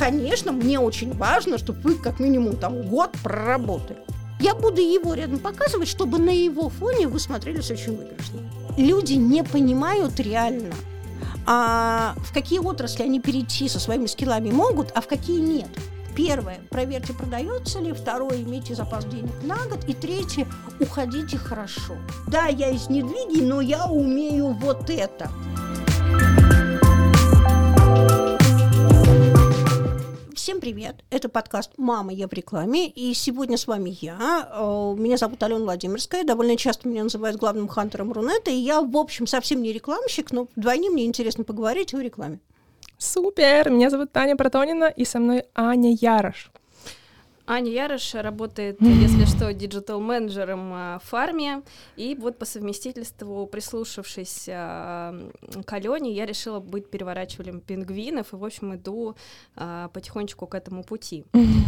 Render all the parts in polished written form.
конечно, мне очень важно, чтобы вы как минимум там год проработали. Я буду его рядом показывать, чтобы на его фоне вы смотрелись очень выигрышно. Люди не понимают реально, в какие отрасли они перейти со своими скиллами могут, а в какие нет. Первое, проверьте, продается ли. Второе, имейте запас денег на год. И третье, уходите хорошо. Да, я из недвиги, но я умею вот это. Всем привет! Это подкаст «Мама, я в рекламе», и сегодня с вами я. Меня зовут Алена Владимирская, довольно часто меня называют главным хантером Рунета, и я, в общем, совсем не рекламщик, но вдвойне мне интересно поговорить о рекламе. Супер! Меня зовут Таня Протонина, и со мной Аня Ярош. Аня Ярош работает, если что, диджитал-менеджером в фарме, и вот по совместительству, прислушавшись к Алене, я решила быть переворачивателем пингвинов, и, в общем, иду потихонечку к этому пути.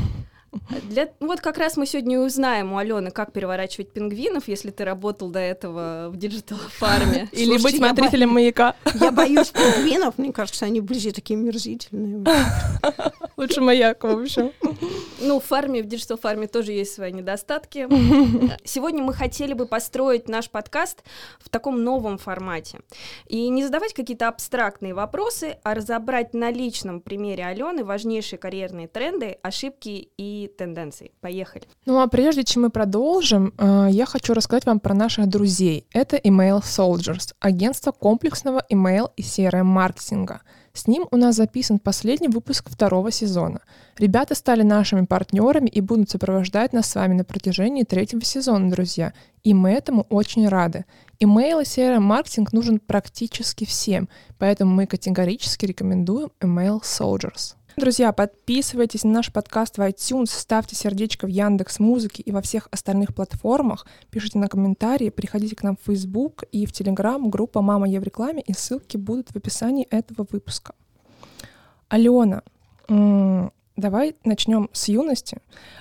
Вот как раз мы сегодня узнаем у Алены, как переворачивать пингвинов, если ты работал до этого в диджитал-фарме. Или быть смотрителем «Маяка». Я боюсь пингвинов, мне кажется, они вблизи такие мерзительные. Лучше «Маяк», в общем. Ну, в диджитал-фарме тоже есть свои недостатки. Сегодня мы хотели бы построить наш подкаст в таком новом формате. И не задавать какие-то абстрактные вопросы, а разобрать на личном примере Алены важнейшие карьерные тренды, ошибки и тенденции. Поехали. Ну, а прежде чем мы продолжим, я хочу рассказать вам про наших друзей. Это Email Soldiers, агентство комплексного email и CRM-маркетинга. С ним у нас записан последний выпуск 2 сезона. Ребята стали нашими партнерами и будут сопровождать нас с вами на протяжении 3 сезона, друзья. И мы этому очень рады. Email и CRM-маркетинг нужен практически всем, поэтому мы категорически рекомендуем Email Soldiers. Друзья, подписывайтесь на наш подкаст в iTunes, ставьте сердечко в Яндекс.Музыке и во всех остальных платформах, пишите на комментарии, приходите к нам в Facebook и в Telegram, группа «Мама, я в рекламе», и ссылки будут в описании этого выпуска. Алена, давай начнем с юности.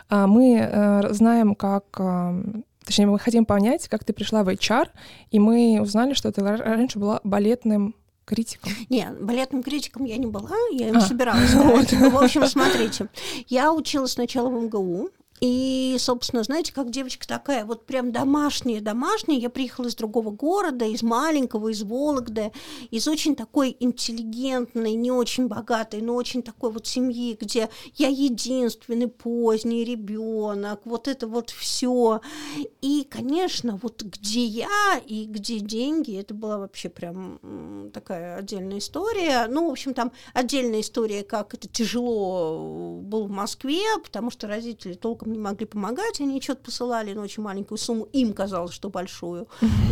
Мы знаем, точнее, мы хотим понять, как ты пришла в HR, и мы узнали, что ты раньше была балетным критиком. Нет, балетным критиком я не была, я им собиралась стать. В общем, смотрите, я училась сначала в МГУ, и, собственно, знаете, как девочка такая, вот прям домашняя. Я приехала из другого города, из маленького, из Вологды, из очень такой интеллигентной, не очень богатой, но очень такой вот семьи, где я единственный поздний ребенок, вот это вот все. И, конечно, вот где я и где деньги, это была вообще прям такая отдельная история. Ну, в общем, там отдельная история, как это тяжело было в Москве, потому что родители толком не могли помогать, они что-то посылали на очень маленькую сумму, им казалось, что большую.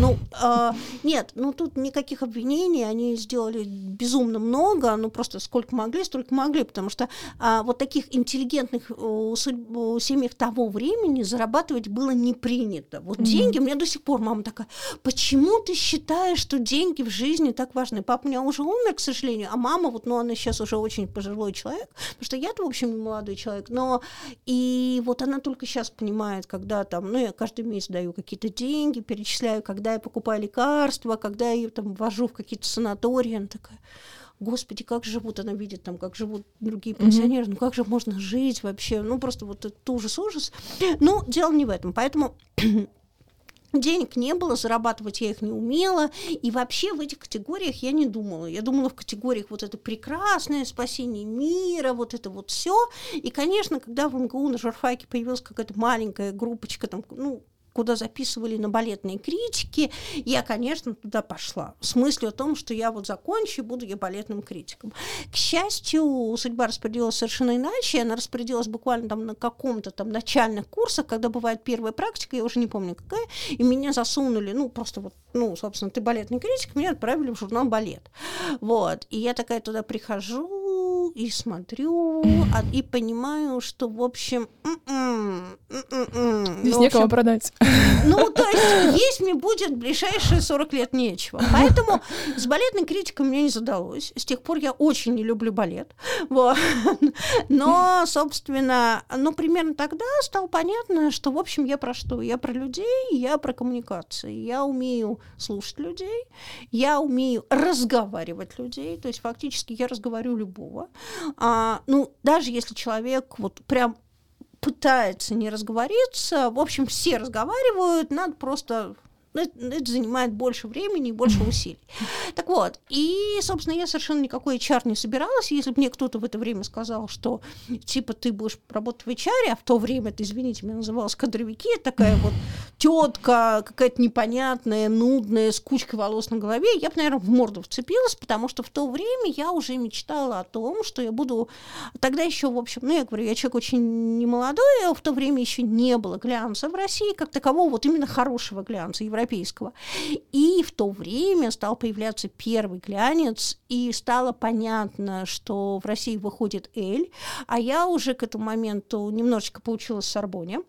Нет, тут никаких обвинений, они сделали безумно много, просто сколько могли, столько могли, потому что вот таких интеллигентных семьях того времени зарабатывать было не принято. Вот деньги, мне до сих пор мама такая, почему ты считаешь, что деньги в жизни так важны? Папа у меня уже умер, к сожалению, а мама, она сейчас уже очень пожилой человек, потому что я-то, в общем, не молодой человек, и вот она только сейчас понимает, когда там, я каждый месяц даю какие-то деньги, перечисляю, когда я покупаю лекарства, когда я ее там вожу в какие-то санатории, она такая, господи, как живут, она видит там, как живут другие пенсионеры, как же можно жить вообще, просто вот этот ужас. Но дело не в этом, поэтому денег не было, зарабатывать я их не умела, и вообще в этих категориях я не думала. Я думала в категориях вот это прекрасное спасение мира, вот это вот все. И, конечно, когда в МГУ на журфаке появилась какая-то маленькая группочка, там, куда записывали на балетные критики, я, конечно, туда пошла. В смысле о том, что я вот закончу, и буду я балетным критиком. К счастью, судьба распорядилась совершенно иначе. Она распорядилась буквально там на каком-то там начальных курсах, когда бывает первая практика, я уже не помню какая, и меня засунули, собственно, ты балетный критик, меня отправили в журнал «Балет». Вот. И я такая туда прихожу и смотрю, и понимаю, что, в общем, здесь некого продать. То есть мне будет в ближайшие 40 лет нечего. Поэтому с балетной критикой мне не задалось. С тех пор я очень не люблю балет. Вот. Но, собственно, примерно тогда стало понятно, что, в общем, я про что? Я про людей, я про коммуникации. Я умею слушать людей, я умею разговаривать людей, то есть фактически я разговариваю любого. ну, даже если человек вот прям пытается не разговориться, в общем, все разговаривают, надо просто... Это занимает больше времени и больше усилий. Так вот, и, собственно, я совершенно никакой HR не собиралась. Если бы мне кто-то в это время сказал, что, типа, ты будешь работать в HR, а в то время, это, извините, меня называлась кадровики, такая вот тетка какая-то непонятная, нудная, с кучкой волос на голове, я бы, наверное, в морду вцепилась, потому что в то время я уже мечтала о том, что я буду... Тогда еще, в общем, я говорю, я человек очень немолодой, а в то время еще не было глянца в России, как такового, вот именно хорошего глянца, европейского. И в то время стал появляться первый глянец, и стало понятно, что в России выходит «Эль», а я уже к этому моменту немножечко поучилась в Сорбонне.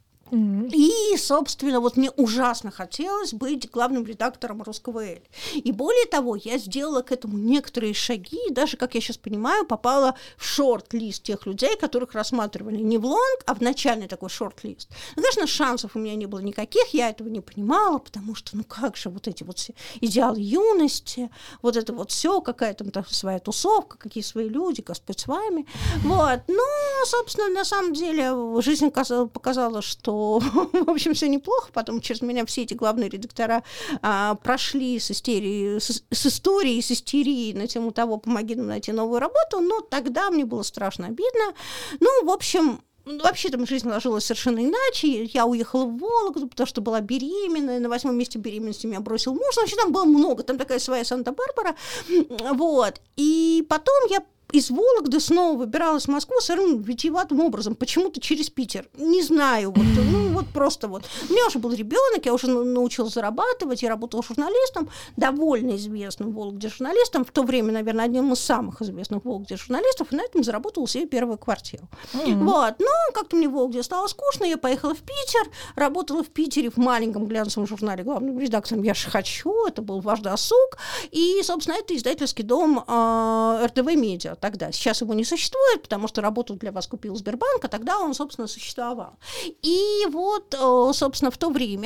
И, собственно, вот мне ужасно хотелось быть главным редактором русского «Эль». И более того, я сделала к этому некоторые шаги, и даже, как я сейчас понимаю, попала в шорт-лист тех людей, которых рассматривали не в лонг, а в начальный такой шорт-лист. Ну, конечно, шансов у меня не было никаких, я этого не понимала, потому что, ну как же вот эти вот все идеалы юности, вот это вот все, какая-то там своя тусовка, какие свои люди, Господь с вами. Вот. Но, собственно, на самом деле жизнь показала, что в общем, все неплохо. Потом через меня все эти главные редактора прошли с историей, с истерией на тему того, помоги нам найти новую работу. Но тогда мне было страшно обидно. Ну, в общем, вообще там жизнь ложилась совершенно иначе. Я уехала в Вологду, потому что была беременная. На 8-м месте беременности меня бросил муж. Вообще там было много. Там такая своя Санта-Барбара. Вот. И потом я из Вологды снова выбиралась в Москву совершенно витиеватым образом, почему-то через Питер. Не знаю, вот, ну вот просто вот. У меня уже был ребенок, я уже научилась зарабатывать, я работала журналистом, довольно известным в Вологде журналистом, в то время, наверное, одним из самых известных в Вологде журналистов, и на этом заработала себе первую квартиру. Вот, но как-то мне в Вологде стало скучно, я поехала в Питер, работала в Питере в маленьком глянцевом журнале главным редактором «Я ж хочу», это был ваш досуг, и, собственно, это издательский дом РТВ Медиа. Тогда. Сейчас его не существует, потому что работу для вас купил Сбербанк, а тогда он, собственно, существовал. И вот, собственно, в то время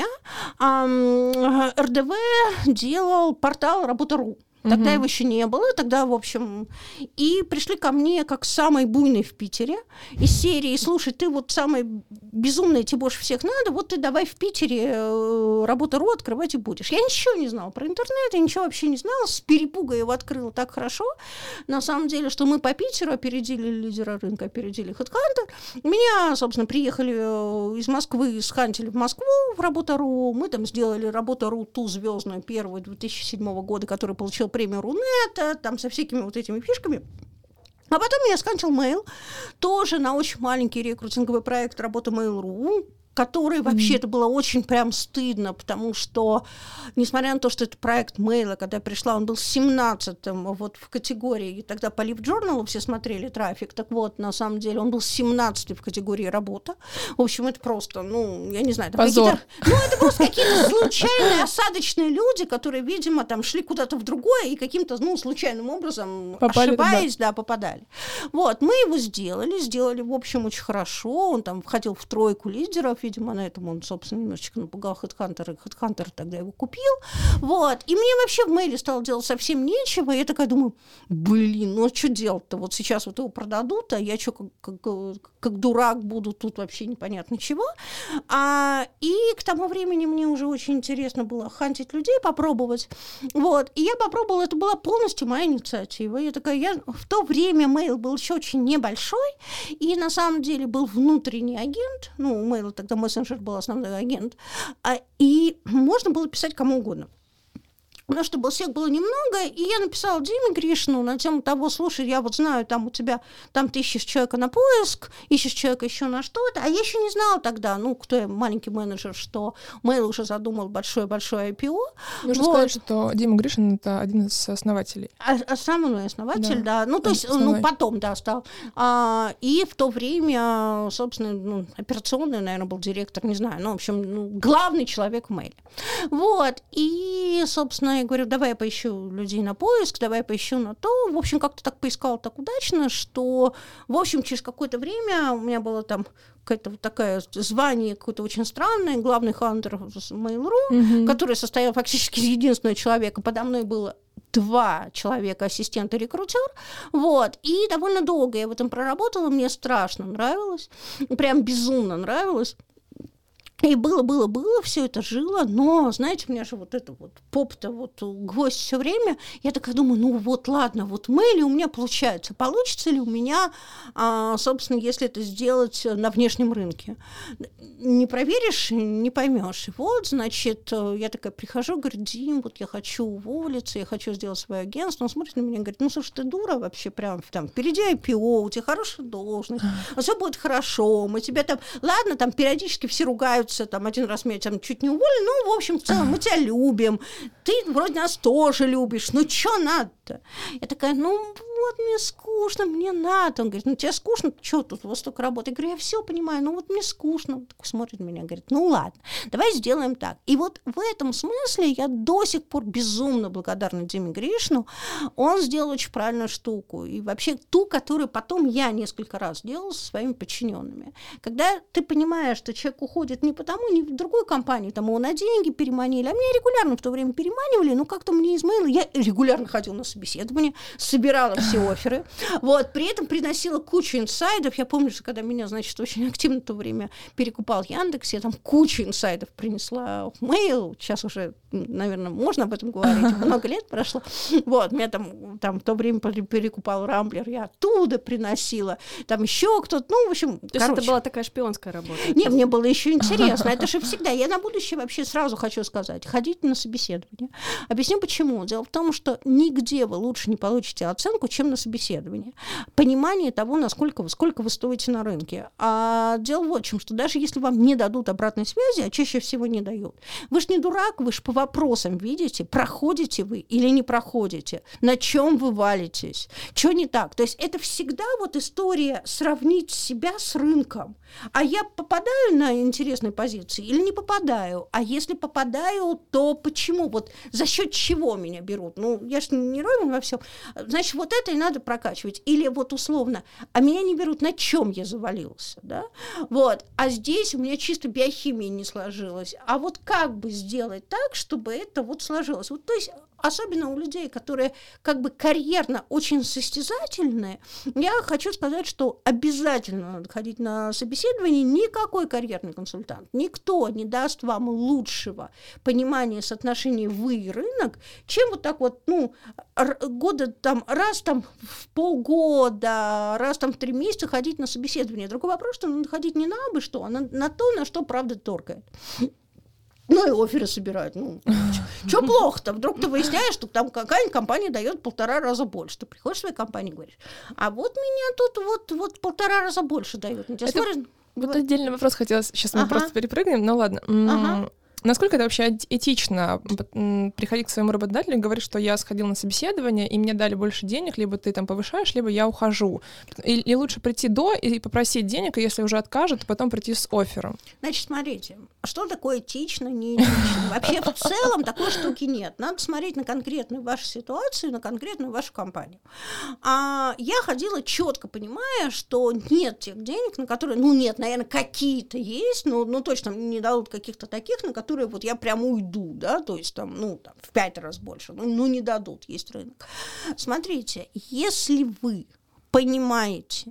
РДВ делал портал «Работа.ру». Тогда его еще не было, тогда, в общем, и пришли ко мне как самой буйной в Питере из серии: слушай, ты вот самая безумная, тебе больше всех надо, вот ты давай в Питере Работа.ру открывать и будешь. Я ничего не знала про интернет, я ничего вообще не знала, с перепуга я его открыла так хорошо, на самом деле, что мы по Питеру опередили лидера рынка, опередили HeadHunter. Меня, собственно, приехали из Москвы, схантили в Москву в Работа.ру, мы там сделали Работа.ру ту звездную первую 2007 года, которая получила премию Рунета, там со всякими вот этими фишками. А потом меня сканчил Mail, тоже на очень маленький рекрутинговый проект «Работа Mail.ru», который вообще-то было очень прям стыдно, потому что, несмотря на то, что это проект Мейла, когда я пришла, он был 17-м вот в категории, и тогда по LiveJournal все смотрели трафик, так вот, на самом деле, он был 17-й в категории «Работа». В общем, это просто, ну, я не знаю, там позор. это просто какие-то случайные осадочные люди, которые, видимо, там шли куда-то в другое и каким-то, ну, случайным образом, попали, ошибаясь, да, попадали. Вот, мы его сделали, в общем, очень хорошо, он там входил в тройку лидеров, видимо, на этом он, собственно, немножечко напугал HeadHunter, и HeadHunter тогда его купил. Вот. И мне вообще в Мейле стало делать совсем нечего, и я такая думаю, блин, ну что делать-то? Вот сейчас вот его продадут, а я что, как дурак буду тут вообще непонятно чего. И к тому времени мне уже очень интересно было хантить людей, попробовать. Вот. И я попробовала, это была полностью моя инициатива. Я такая, в то время Мейл был еще очень небольшой, и на самом деле был внутренний агент, ну, у Мейла тогда мессенджер был основной агент, и можно было писать кому угодно. Потому что всех было немного, и я написала Диме Гришину на тему того: слушай, я вот знаю, там у тебя, там ты ищешь человека на поиск, ищешь человека еще на что-то, а я еще не знала тогда, ну, кто я, маленький менеджер, что Mail уже задумал большое-большое IPO. Нужно сказать, что Дима Гришин — это один из основателей. Основной основатель, да. Ну, то есть, основной. Ну, потом, да, стал. И в то время, собственно, ну, операционный, наверное, был директор, не знаю, ну, в общем, главный человек в Mail. Вот. И, собственно, я говорю, давай я поищу людей на поиск, давай я поищу на то. В общем, как-то так поискала так удачно, что, в общем, через какое-то время у меня было там какое-то вот такое звание какое-то очень странное, главный хантер с Mail.ru, который состоял фактически из единственного человека. Подо мной было 2 человека, ассистент и рекрутер, вот, и довольно долго я в этом проработала, мне страшно нравилось, прям безумно нравилось. И было, все это жило, но, знаете, у меня же вот это вот поп-то вот гвоздь все время, я такая думаю, ну вот ладно, вот мейли у меня получается, получится ли у меня, собственно, если это сделать на внешнем рынке? Не проверишь, не поймешь. И вот, значит, я такая прихожу, говорю, Дим, вот я хочу уволиться, я хочу сделать свое агентство. Он смотрит на меня и говорит, ну, слушай, ты дура вообще, прям там, впереди IPO, у тебя хорошая должность, все будет хорошо, мы тебя там, ладно, там периодически все ругают, там один раз меня там чуть не уволили, ну, в общем, в целом мы тебя любим, ты вроде нас тоже любишь, ну, что надо-то? Я такая, ну, вот мне скучно, мне надо. Он говорит, ну, тебе скучно, что тут, у вас столько работы? Я говорю, я все понимаю, ну, вот мне скучно. Он такой смотрит на меня, говорит, ну, ладно, давай сделаем так. И вот в этом смысле я до сих пор безумно благодарна Диме Гришину. Он сделал очень правильную штуку. И вообще ту, которую потом я несколько раз делала со своими подчиненными. Когда ты понимаешь, что человек уходит не потому, не в другую компанию, там его на деньги переманили, а меня регулярно в то время переманивали, ну, как-то мне из мейла, я регулярно ходила на собеседование, собирала все офферы, вот, при этом приносила кучу инсайдов. Я помню, что когда меня, значит, очень активно в то время перекупал Яндекс, я там кучу инсайдов принесла в мейл, сейчас уже, наверное, можно об этом говорить, много лет прошло, вот, меня там в то время перекупал Рамблер, я оттуда приносила, там еще кто-то, ну, в общем, то есть это была такая шпионская работа? Нет, мне было еще интересно, это же всегда, я на будущее вообще сразу хочу сказать, ходите на собеседование. Объясню почему. Дело в том, что нигде вы лучше не получите оценку, чем на собеседовании. Понимание того, сколько вы стоите на рынке. А дело вот в чем, что даже если вам не дадут обратной связи, а чаще всего не дают, вы же не дурак, вы же по вопросам видите, проходите вы или не проходите, на чем вы валитесь, что не так. То есть это всегда вот история сравнить себя с рынком. А я попадаю на интересные позиции или не попадаю? А если попадаю, то почему? Вот за счет чего меня берут? Ну, я же не ровен во всем. Значит, вот это и надо прокачивать. Или вот условно, а меня не берут, на чем я завалился, да? Вот. А здесь у меня чисто биохимия не сложилась. А вот как бы сделать так, чтобы это вот сложилось? Вот, то есть особенно у людей, которые как бы карьерно очень состязательные, я хочу сказать, что обязательно надо ходить на собеседование. Никакой карьерный консультант, никто не даст вам лучшего понимания соотношения вы и рынок, чем вот так вот, ну, года там, раз там в полгода, раз там в 3 месяца ходить на собеседование. Другой вопрос, что надо ходить не на абы что, а на то, на что правда торкает. Ну и офферы собирают. Ну, что плохо-то? Вдруг ты выясняешь, что там какая-нибудь компания дает 1,5 раза больше. Ты приходишь в свою компанию и говоришь, а вот меня тут вот 1,5 раза больше дают. Вот отдельный вопрос хотелось. Сейчас мы просто перепрыгнем, но ладно. Насколько это вообще этично приходить к своему работодателю и говорить, что я сходил на собеседование, и мне дали больше денег, либо ты там повышаешь, либо я ухожу. И лучше прийти до и попросить денег, и если уже откажут, то потом прийти с оффером. Значит, смотрите, что такое этично, не этично? Вообще в целом такой штуки нет. Надо смотреть на конкретную вашу ситуацию, на конкретную вашу компанию. А я ходила четко понимая, что нет тех денег, на которые, ну нет, наверное, какие-то есть, но точно не дадут каких-то таких, на которые вот я прям уйду, да, то есть там, ну, там, в 5 раз больше, ну, не дадут, есть рынок. Смотрите, если вы понимаете,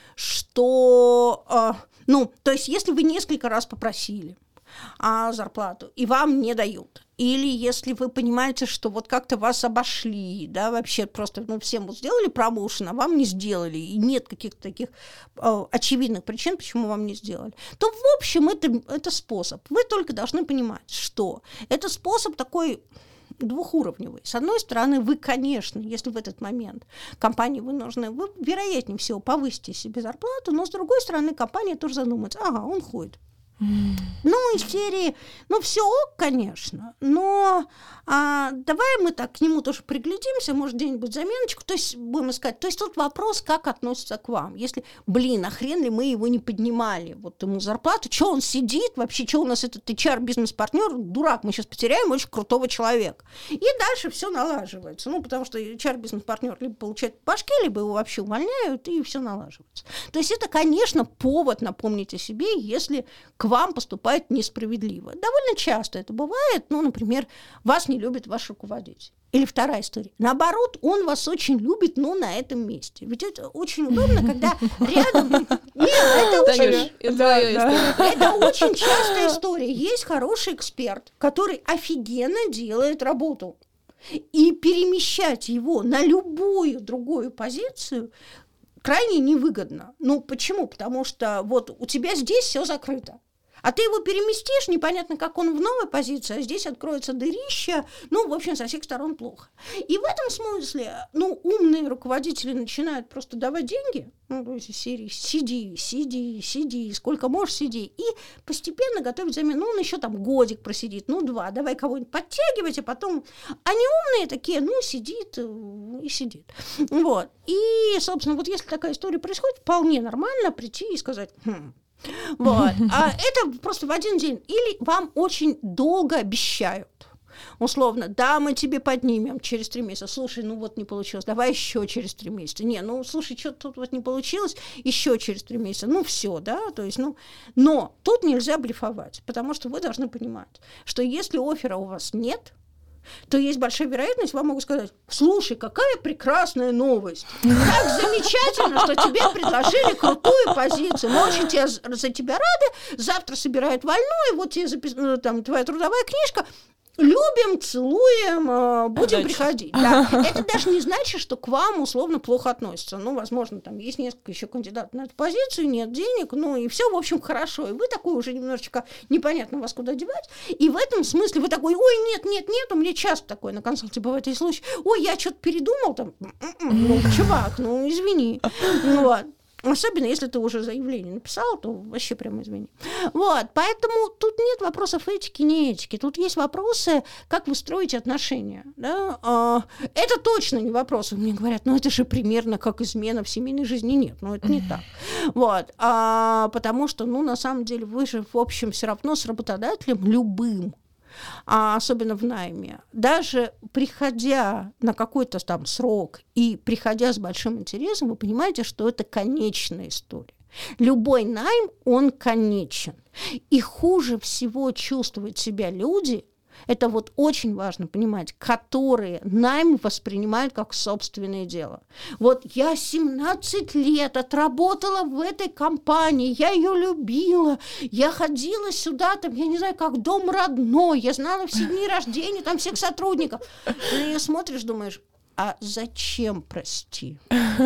что, то есть если вы несколько раз попросили зарплату, и вам не дают, или если вы понимаете, что вот как-то вас обошли, да, вообще просто, всем вот сделали промоушен, а вам не сделали, и нет каких-то таких очевидных причин, почему вам не сделали, то, в общем, это способ. Вы только должны понимать, что это способ такой двухуровневый. С одной стороны, вы, конечно, если в этот момент компании вы нужны, вы, вероятнее всего, повысите себе зарплату, но с другой стороны, компания тоже задумается, он ходит. Ну, из серии, ну, все ок, конечно, но давай мы так к нему тоже приглядимся, может, где-нибудь заменочку, то есть будем искать. То есть тут вопрос, как относится к вам. Если, а хрен ли мы его не поднимали, вот ему зарплату, что он сидит, вообще, что у нас этот HR-бизнес-партнер, дурак, мы сейчас потеряем очень крутого человека. И дальше все налаживается, ну, потому что HR-бизнес-партнер либо получает по башке, либо его вообще увольняют, и все налаживается. То есть это, конечно, повод напомнить о себе, если к вам поступает несправедливо. Довольно часто это бывает, ну, например, вас не любит ваш руководитель. Или вторая история. Наоборот, он вас очень любит, но на этом месте. Ведь это очень удобно, когда рядом... Нет, это очень частая история. Есть хороший эксперт, который офигенно делает работу. И перемещать его на любую другую позицию крайне невыгодно. Ну, почему? Потому что вот у тебя здесь все закрыто. А ты его переместишь, непонятно, как он в новой позиции, а здесь откроется дырища, ну, в общем, со всех сторон плохо. И в этом смысле, ну, умные руководители начинают просто давать деньги, ну, то есть из серии сиди, сколько можешь сиди, и постепенно готовить замену. Ну, он еще там годик просидит, ну, 2, давай кого-нибудь подтягивать, а потом... Они умные такие, ну, сидит и сидит. Вот. И, собственно, вот если такая история происходит, вполне нормально прийти и сказать... Вот. А это просто в один день. Или вам очень долго обещают. Условно, да, мы тебе поднимем через 3 месяца. Слушай, ну вот не получилось, давай еще через 3 месяца. Не, ну слушай, что-то тут вот не получилось, еще через 3 месяца. Ну все, да, то есть, ну... Но тут нельзя блефовать, потому что вы должны понимать, что если оффера у вас нет, то есть большая вероятность, вам могут сказать: слушай, какая прекрасная новость, как замечательно, что тебе предложили крутую позицию, мы очень за тебя рады, завтра собирают вольную, вот тебе там твоя трудовая книжка, любим, целуем, будем приходить. Да. Это даже не значит, что к вам условно плохо относятся. Ну, возможно, там есть несколько еще кандидатов на эту позицию, нет денег, ну и все, в общем, хорошо. И вы такой уже немножечко непонятно вас куда девать. И в этом смысле вы такой: ой, нет, у меня часто такое на консалте бывает, и случай: ой, я что-то передумал, там, ну, чувак, ну, извини. Вот. Особенно, если ты уже заявление написал, то вообще прямо извини. Вот, поэтому тут нет вопросов этики, не этики. Тут есть вопросы, как вы строите отношения. Да? Это точно не вопрос. Мне говорят, ну это же примерно как измена в семейной жизни. Нет, ну это не так. Вот, потому что, ну, на самом деле, вы же, в общем, все равно с работодателем любым, особенно в найме, даже приходя на какой-то там срок и приходя с большим интересом, вы понимаете, что это конечная история. Любой найм, он конечен. И хуже всего чувствуют себя люди, это вот очень важно понимать, которые найм воспринимают как собственное дело. Вот я 17 лет отработала в этой компании, я ее любила, я ходила сюда, там, я не знаю, как дом родной, я знала все дни рождения, там всех сотрудников. Ты на нее смотришь, думаешь: а зачем, прости?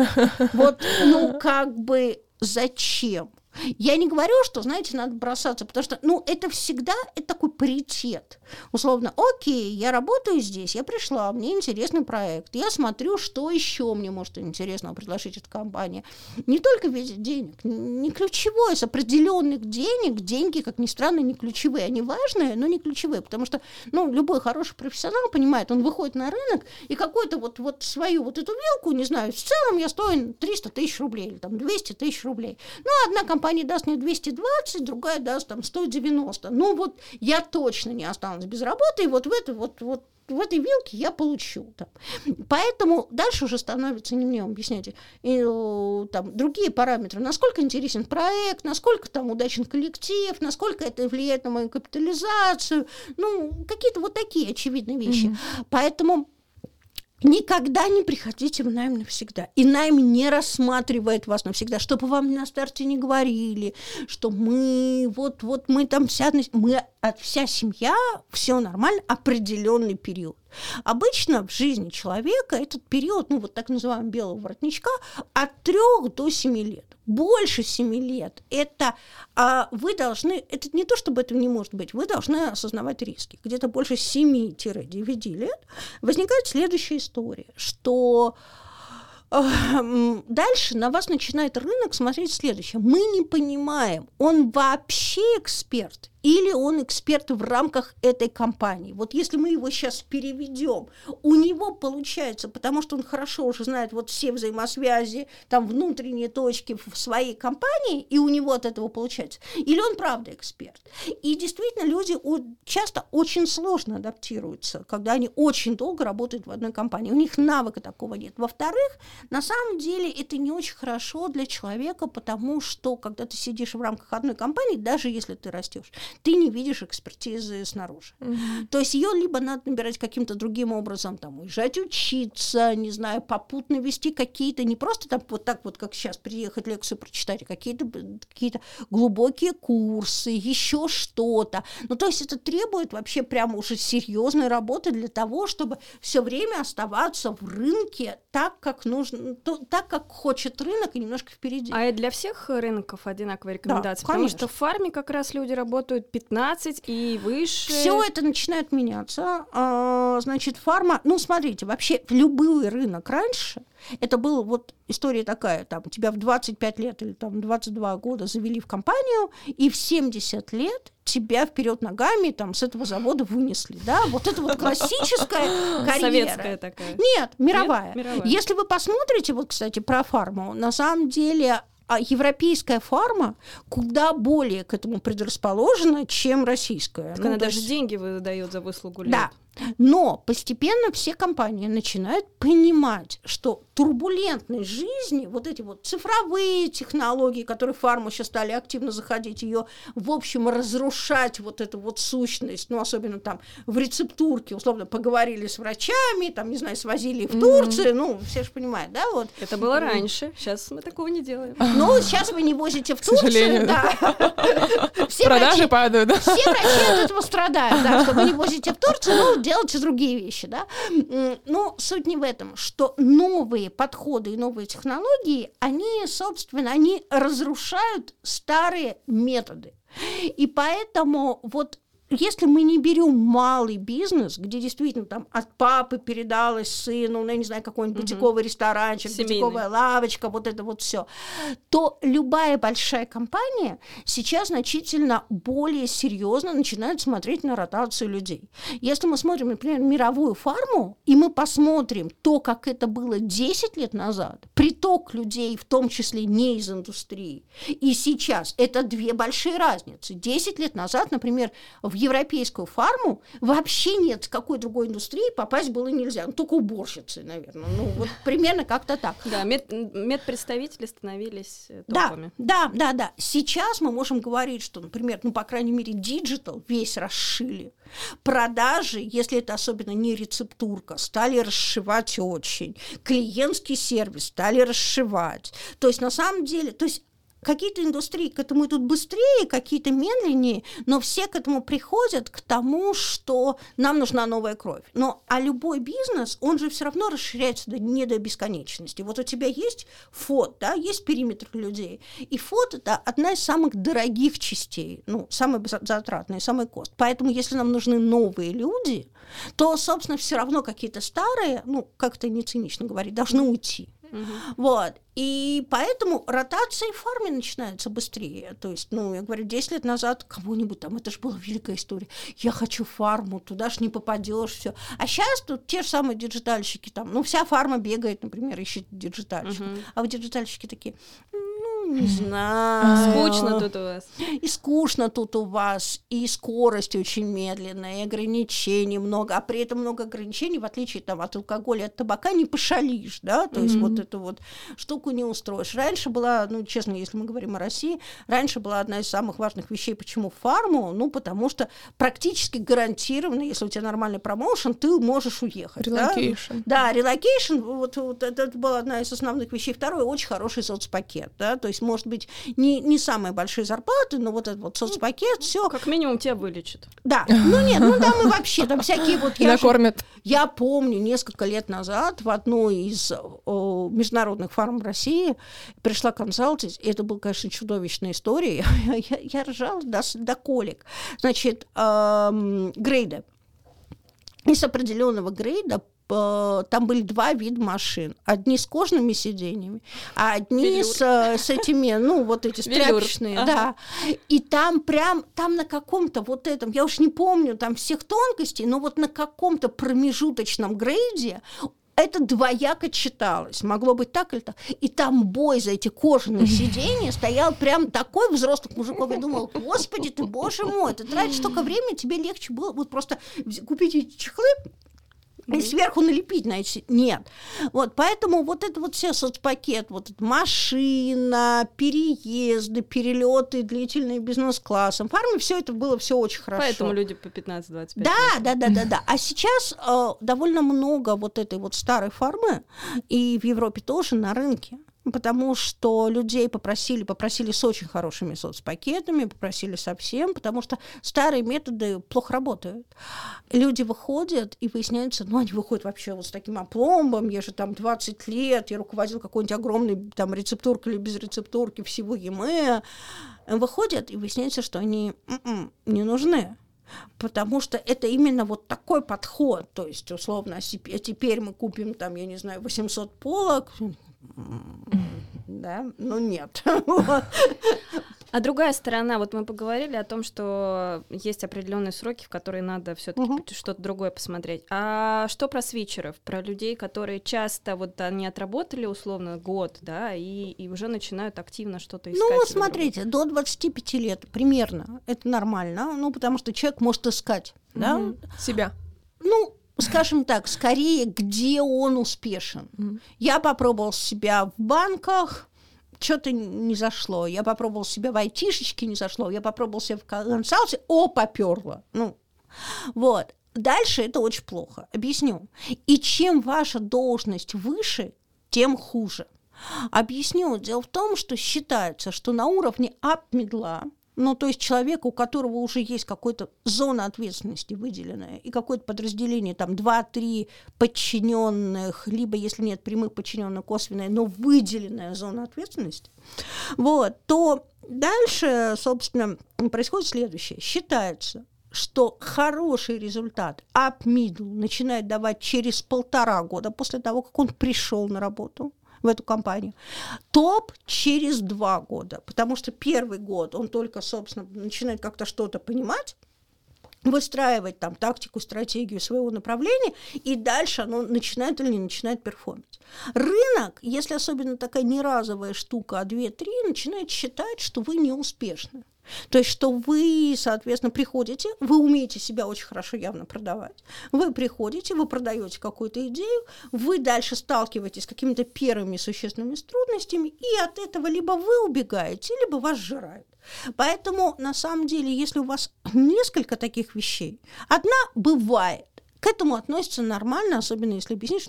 Вот, ну, как бы, зачем? Я не говорю, что, знаете, надо бросаться, потому что, ну, это всегда это такой паритет. Условно, окей, я работаю здесь, я пришла, мне интересный проект, я смотрю, что еще мне может интересного предложить эта компания. Не только в виде денег, не ключевое, с определенных денег, деньги, как ни странно, не ключевые, они важные, но не ключевые, потому что, ну, любой хороший профессионал понимает, он выходит на рынок и какую-то вот свою вот эту вилку, не знаю, в целом я стою 300 тысяч рублей или там 200 тысяч рублей. Ну, одна компания даст мне 220, другая даст там 190. Ну вот я точно не останусь без работы, и вот в этой вилке я получу. Там. Поэтому дальше уже становится не мне объяснять там, другие параметры, насколько интересен проект, насколько там удачен коллектив, насколько это влияет на мою капитализацию, ну, какие-то вот такие очевидные вещи. Поэтому никогда не приходите в найм навсегда. И найм не рассматривает вас навсегда. Чтобы вам на старте не говорили, что мы мы там вся семья, все нормально, определенный период. Обычно в жизни человека этот период, ну вот так называемого белого воротничка, от 3 до 7 лет. Больше 7 лет. Это вы должны, это не то, чтобы этого не может быть, вы должны осознавать риски. Где-то больше 7-9 лет возникает следующая история, что дальше на вас начинает рынок смотреть следующее. Мы не понимаем, он вообще эксперт или он эксперт в рамках этой компании. Вот если мы его сейчас переведем, у него получается, потому что он хорошо уже знает вот все взаимосвязи, там внутренние точки в своей компании, и у него от этого получается. Или он правда эксперт. И действительно люди часто очень сложно адаптируются, когда они очень долго работают в одной компании. У них навыка такого нет. Во-вторых, на самом деле это не очень хорошо для человека, потому что когда ты сидишь в рамках одной компании, даже если ты растешь, ты не видишь экспертизы снаружи. То есть ее либо надо набирать каким-то другим образом, там, уезжать учиться, не знаю, попутно вести какие-то, не просто там вот так вот, как сейчас, приехать лекцию прочитать, а какие-то глубокие курсы, еще что-то. Ну, то есть это требует вообще прямо уже серьезной работы для того, чтобы все время оставаться в рынке так, как нужно, так, как хочет рынок, и немножко впереди. А и для всех рынков одинаковые рекомендации? Да, потому что в фарме как раз люди работают 15 и выше. Все это начинает меняться. Значит, фарма... Ну, смотрите, вообще любой рынок раньше, это была вот история такая, там, тебя в 25 лет или там 22 года завели в компанию, и в 70 лет тебя вперед ногами там с этого завода вынесли, да? Вот это вот классическая карьера. Советская такая. Нет, мировая. Нет? Мировая. Если вы посмотрите, вот, кстати, про фарму, на самом деле... А европейская фарма куда более к этому предрасположена, чем российская. Так она даже деньги выдает за выслугу лет. Да. Но постепенно все компании начинают понимать, что турбулентной жизни, вот эти вот цифровые технологии, которые в фарму сейчас стали активно заходить, ее, в общем, разрушать вот эту вот сущность, ну, особенно там в рецептурке, условно, поговорили с врачами, там, не знаю, свозили в Турцию, ну, все же понимают, да, вот. Это было раньше, сейчас мы такого не делаем. Ну, сейчас вы не возите в Турцию, да. Продажи падают, да? Все врачи от этого страдают, да, что вы не возите в Турцию, ну, делайте другие вещи, да. Но суть не в этом, что новые подходы и новые технологии, они, собственно, они разрушают старые методы. И поэтому вот если мы не берем малый бизнес, где действительно там от папы передалось сыну, ну, я не знаю, какой-нибудь бутиковый ресторанчик, бутиковая лавочка, вот это вот все, то любая большая компания сейчас значительно более серьезно начинает смотреть на ротацию людей. Если мы смотрим, например, мировую фарму, и мы посмотрим то, как это было 10 лет назад, приток людей, в том числе не из индустрии, и сейчас, это две большие разницы. 10 лет назад, например, в европейскую фарму вообще нет какой другой индустрии попасть было нельзя. Ну, только уборщицы, наверное. Ну, вот примерно как-то так. Да, медпредставители становились топами. Да. Сейчас мы можем говорить, что, например, ну, по крайней мере, диджитал весь расшили. Продажи, если это особенно не рецептурка, стали расшивать очень. Клиентский сервис стали расшивать. То есть, на самом деле, какие-то индустрии к этому идут быстрее, какие-то медленнее, но все к этому приходят, к тому, что нам нужна новая кровь. А любой бизнес, он же все равно расширяется не до бесконечности. Вот у тебя есть ФОД, да, есть периметр людей, и ФОД – это одна из самых дорогих частей, самая затратная, самый кост. Поэтому если нам нужны новые люди, то, собственно, все равно какие-то старые, как-то не цинично говорить, должны уйти. Вот. И поэтому ротация в фарме начинается быстрее. То есть, я говорю, 10 лет назад кого-нибудь там, это же была великая история. Я хочу фарму, туда ж не попадешь, все. А сейчас тут те же самые диджитальщики там, вся фарма бегает, например, ищет диджитальщиков. А вы диджитальщики такие, не знаю. Скучно тут у вас. И скучно тут у вас, и скорость очень медленная, и ограничений много, а при этом много ограничений, в отличие от алкоголя, от табака, не пошалишь, да, то есть вот эту вот штуку не устроишь. Раньше была, честно, если мы говорим о России, раньше была одна из самых важных вещей, почему в фарму, потому что практически гарантированно, если у тебя нормальный промоушен, ты можешь уехать. Релокейшн. Да, релокейшн, вот это была одна из основных вещей. Второе, очень хороший соцпакет, да, то есть, может быть, не самые большие зарплаты, но вот этот вот соцпакет, все. Как минимум тебя вылечат. Да, там и вообще, там всякие вот... Накормят. Я помню, несколько лет назад в одной из международных фарм России пришла консалтинг, и это была, конечно, чудовищная история, я ржала до колик. Значит, грейда. Из определенного грейда там были 2 вида машин. Одни с кожаными сиденьями, а одни с этими, вот эти тряпочные. Да. И там на каком-то вот этом, я уж не помню там всех тонкостей, но вот на каком-то промежуточном грейде это двояко читалось. Могло быть так или так. И там бой за эти кожаные сиденья стоял прям такой взрослых мужиков. Я думала, господи ты, боже мой, ты тратишь столько времени, тебе легче было вот просто купить эти чехлы и сверху налепить на эти... Нет. Вот, поэтому вот это вот все соцпакет, вот эта машина, переезды, перелеты длительные бизнес-классом. В фарме все это было все очень хорошо. Поэтому люди по 15-25 лет. Да. А сейчас довольно много вот этой вот старой фармы, и в Европе тоже на рынке. Потому что людей попросили с очень хорошими соцпакетами, попросили совсем, потому что старые методы плохо работают. Люди выходят, и выясняется, они выходят вообще вот с таким опломбом, я же там 20 лет, я руководил какой-нибудь огромной там рецептуркой или без рецептурки всего ЕМЭ. Выходят, и выясняется, что они не нужны. Потому что это именно вот такой подход. То есть, условно, теперь мы купим там, я не знаю, 800 полок. Да, нет. А другая сторона, вот мы поговорили о том, что есть определенные сроки, в которые надо все-таки что-то другое посмотреть. А что про свитчеров, про людей, которые часто вот они отработали условно год, да, и уже начинают активно что-то искать? Смотрите, до 25 лет примерно это нормально, потому что человек может искать, да, себя. Скажем так, скорее, где он успешен. Я попробовал себя в банках, что-то не зашло. Я попробовал себя в айтишечке, не зашло. Я попробовал себя в консалте, попёрло. Вот. Дальше это очень плохо. Объясню. И чем ваша должность выше, тем хуже. Объясню. Дело в том, что считается, что на уровне ап-мидла, то есть человек, у которого уже есть какая-то зона ответственности выделенная и какое-то подразделение, там 2-3 подчиненных, либо, если нет прямых подчиненных, косвенная, но выделенная зона ответственности, то дальше, собственно, происходит следующее. Считается, что хороший результат up-middle начинает давать через 1,5 года после того, как он пришел на работу в эту компанию. Топ через 2 года, потому что первый год он только, собственно, начинает как-то что-то понимать, выстраивать там тактику, стратегию своего направления, и дальше оно начинает или не начинает перформить. Рынок, если особенно такая не разовая штука, а 2-3, начинает считать, что вы не успешны. То есть, что вы, соответственно, приходите, вы умеете себя очень хорошо явно продавать, вы приходите, вы продаете какую-то идею, вы дальше сталкиваетесь с какими-то первыми существенными трудностями, и от этого либо вы убегаете, либо вас сжирают. Поэтому, на самом деле, если у вас несколько таких вещей, одна бывает, к этому относится нормально, особенно если объяснишь,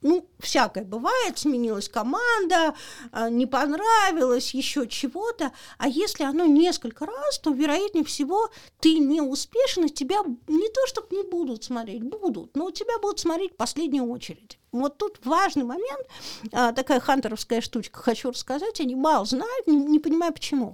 всякое бывает, сменилась команда, не понравилось, еще чего-то. А если оно несколько раз, то, вероятнее всего, ты не успешен, и тебя не то, чтобы не будут смотреть, будут, но тебя будут смотреть в последнюю очередь. Вот тут важный момент, такая хантеровская штучка, хочу рассказать, они мало знают, не понимаю почему.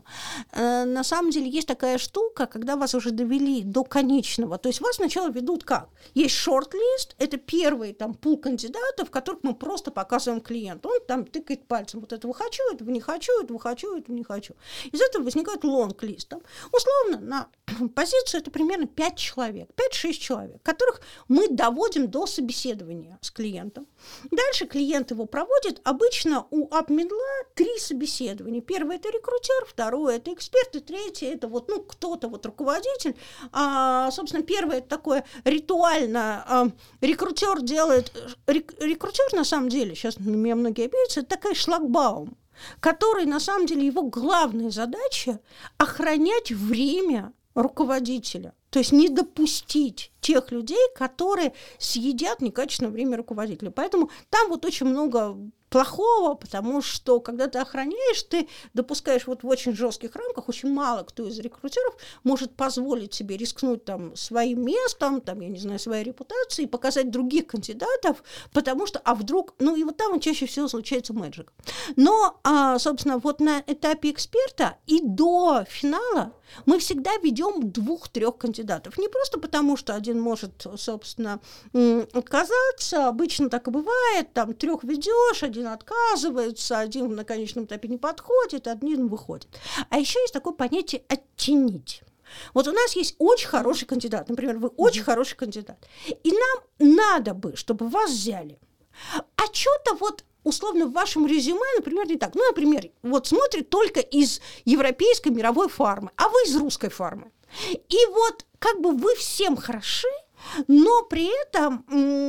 На самом деле есть такая штука, когда вас уже довели до конечного, то есть вас сначала ведут как? Есть шорт-лист, это первый там пул кандидатов, которых мы просто показываем клиенту. Он там тыкает пальцем, вот этого хочу, этого не хочу, этого хочу, этого не хочу. Из этого возникает лонг-лист. Условно, на позицию это примерно 5 человек, 5-6 человек, которых мы доводим до собеседования с клиентом. Дальше клиент его проводит. Обычно у ап-мидла 3 собеседования. Первое – это рекрутер, второе – это эксперт, и третье – это кто-то руководитель. Собственно, первое – это такое ритуально. Рекрутер делает... Рекрутер, на самом деле, сейчас на меня многие обидятся, это такой шлагбаум, который, на самом деле, его главная задача – охранять время руководителя. То есть не допустить тех людей, которые съедят некачественное время руководителя. Поэтому там очень много плохого, потому что, когда ты охраняешь, ты допускаешь в очень жестких рамках, очень мало кто из рекрутеров может позволить себе рискнуть там своим местом, там, я не знаю, своей репутацией, показать других кандидатов, потому что, вдруг, и там чаще всего случается мэджик. Но, собственно, на этапе эксперта и до финала мы всегда ведем 2-3 кандидатов. Не просто потому, что один может, собственно, отказаться, обычно так и бывает, там 3 ведешь, один отказывается, один на конечном этапе не подходит, один выходит. А еще есть такое понятие «оттенить». Вот у нас есть очень хороший кандидат, например, вы очень хороший кандидат, и нам надо бы, чтобы вас взяли. А что-то вот условно в вашем резюме, например, не так. Ну, например, вот смотрит только из европейской мировой фармы, а вы из русской фармы. И вот как бы вы всем хороши, но при этом,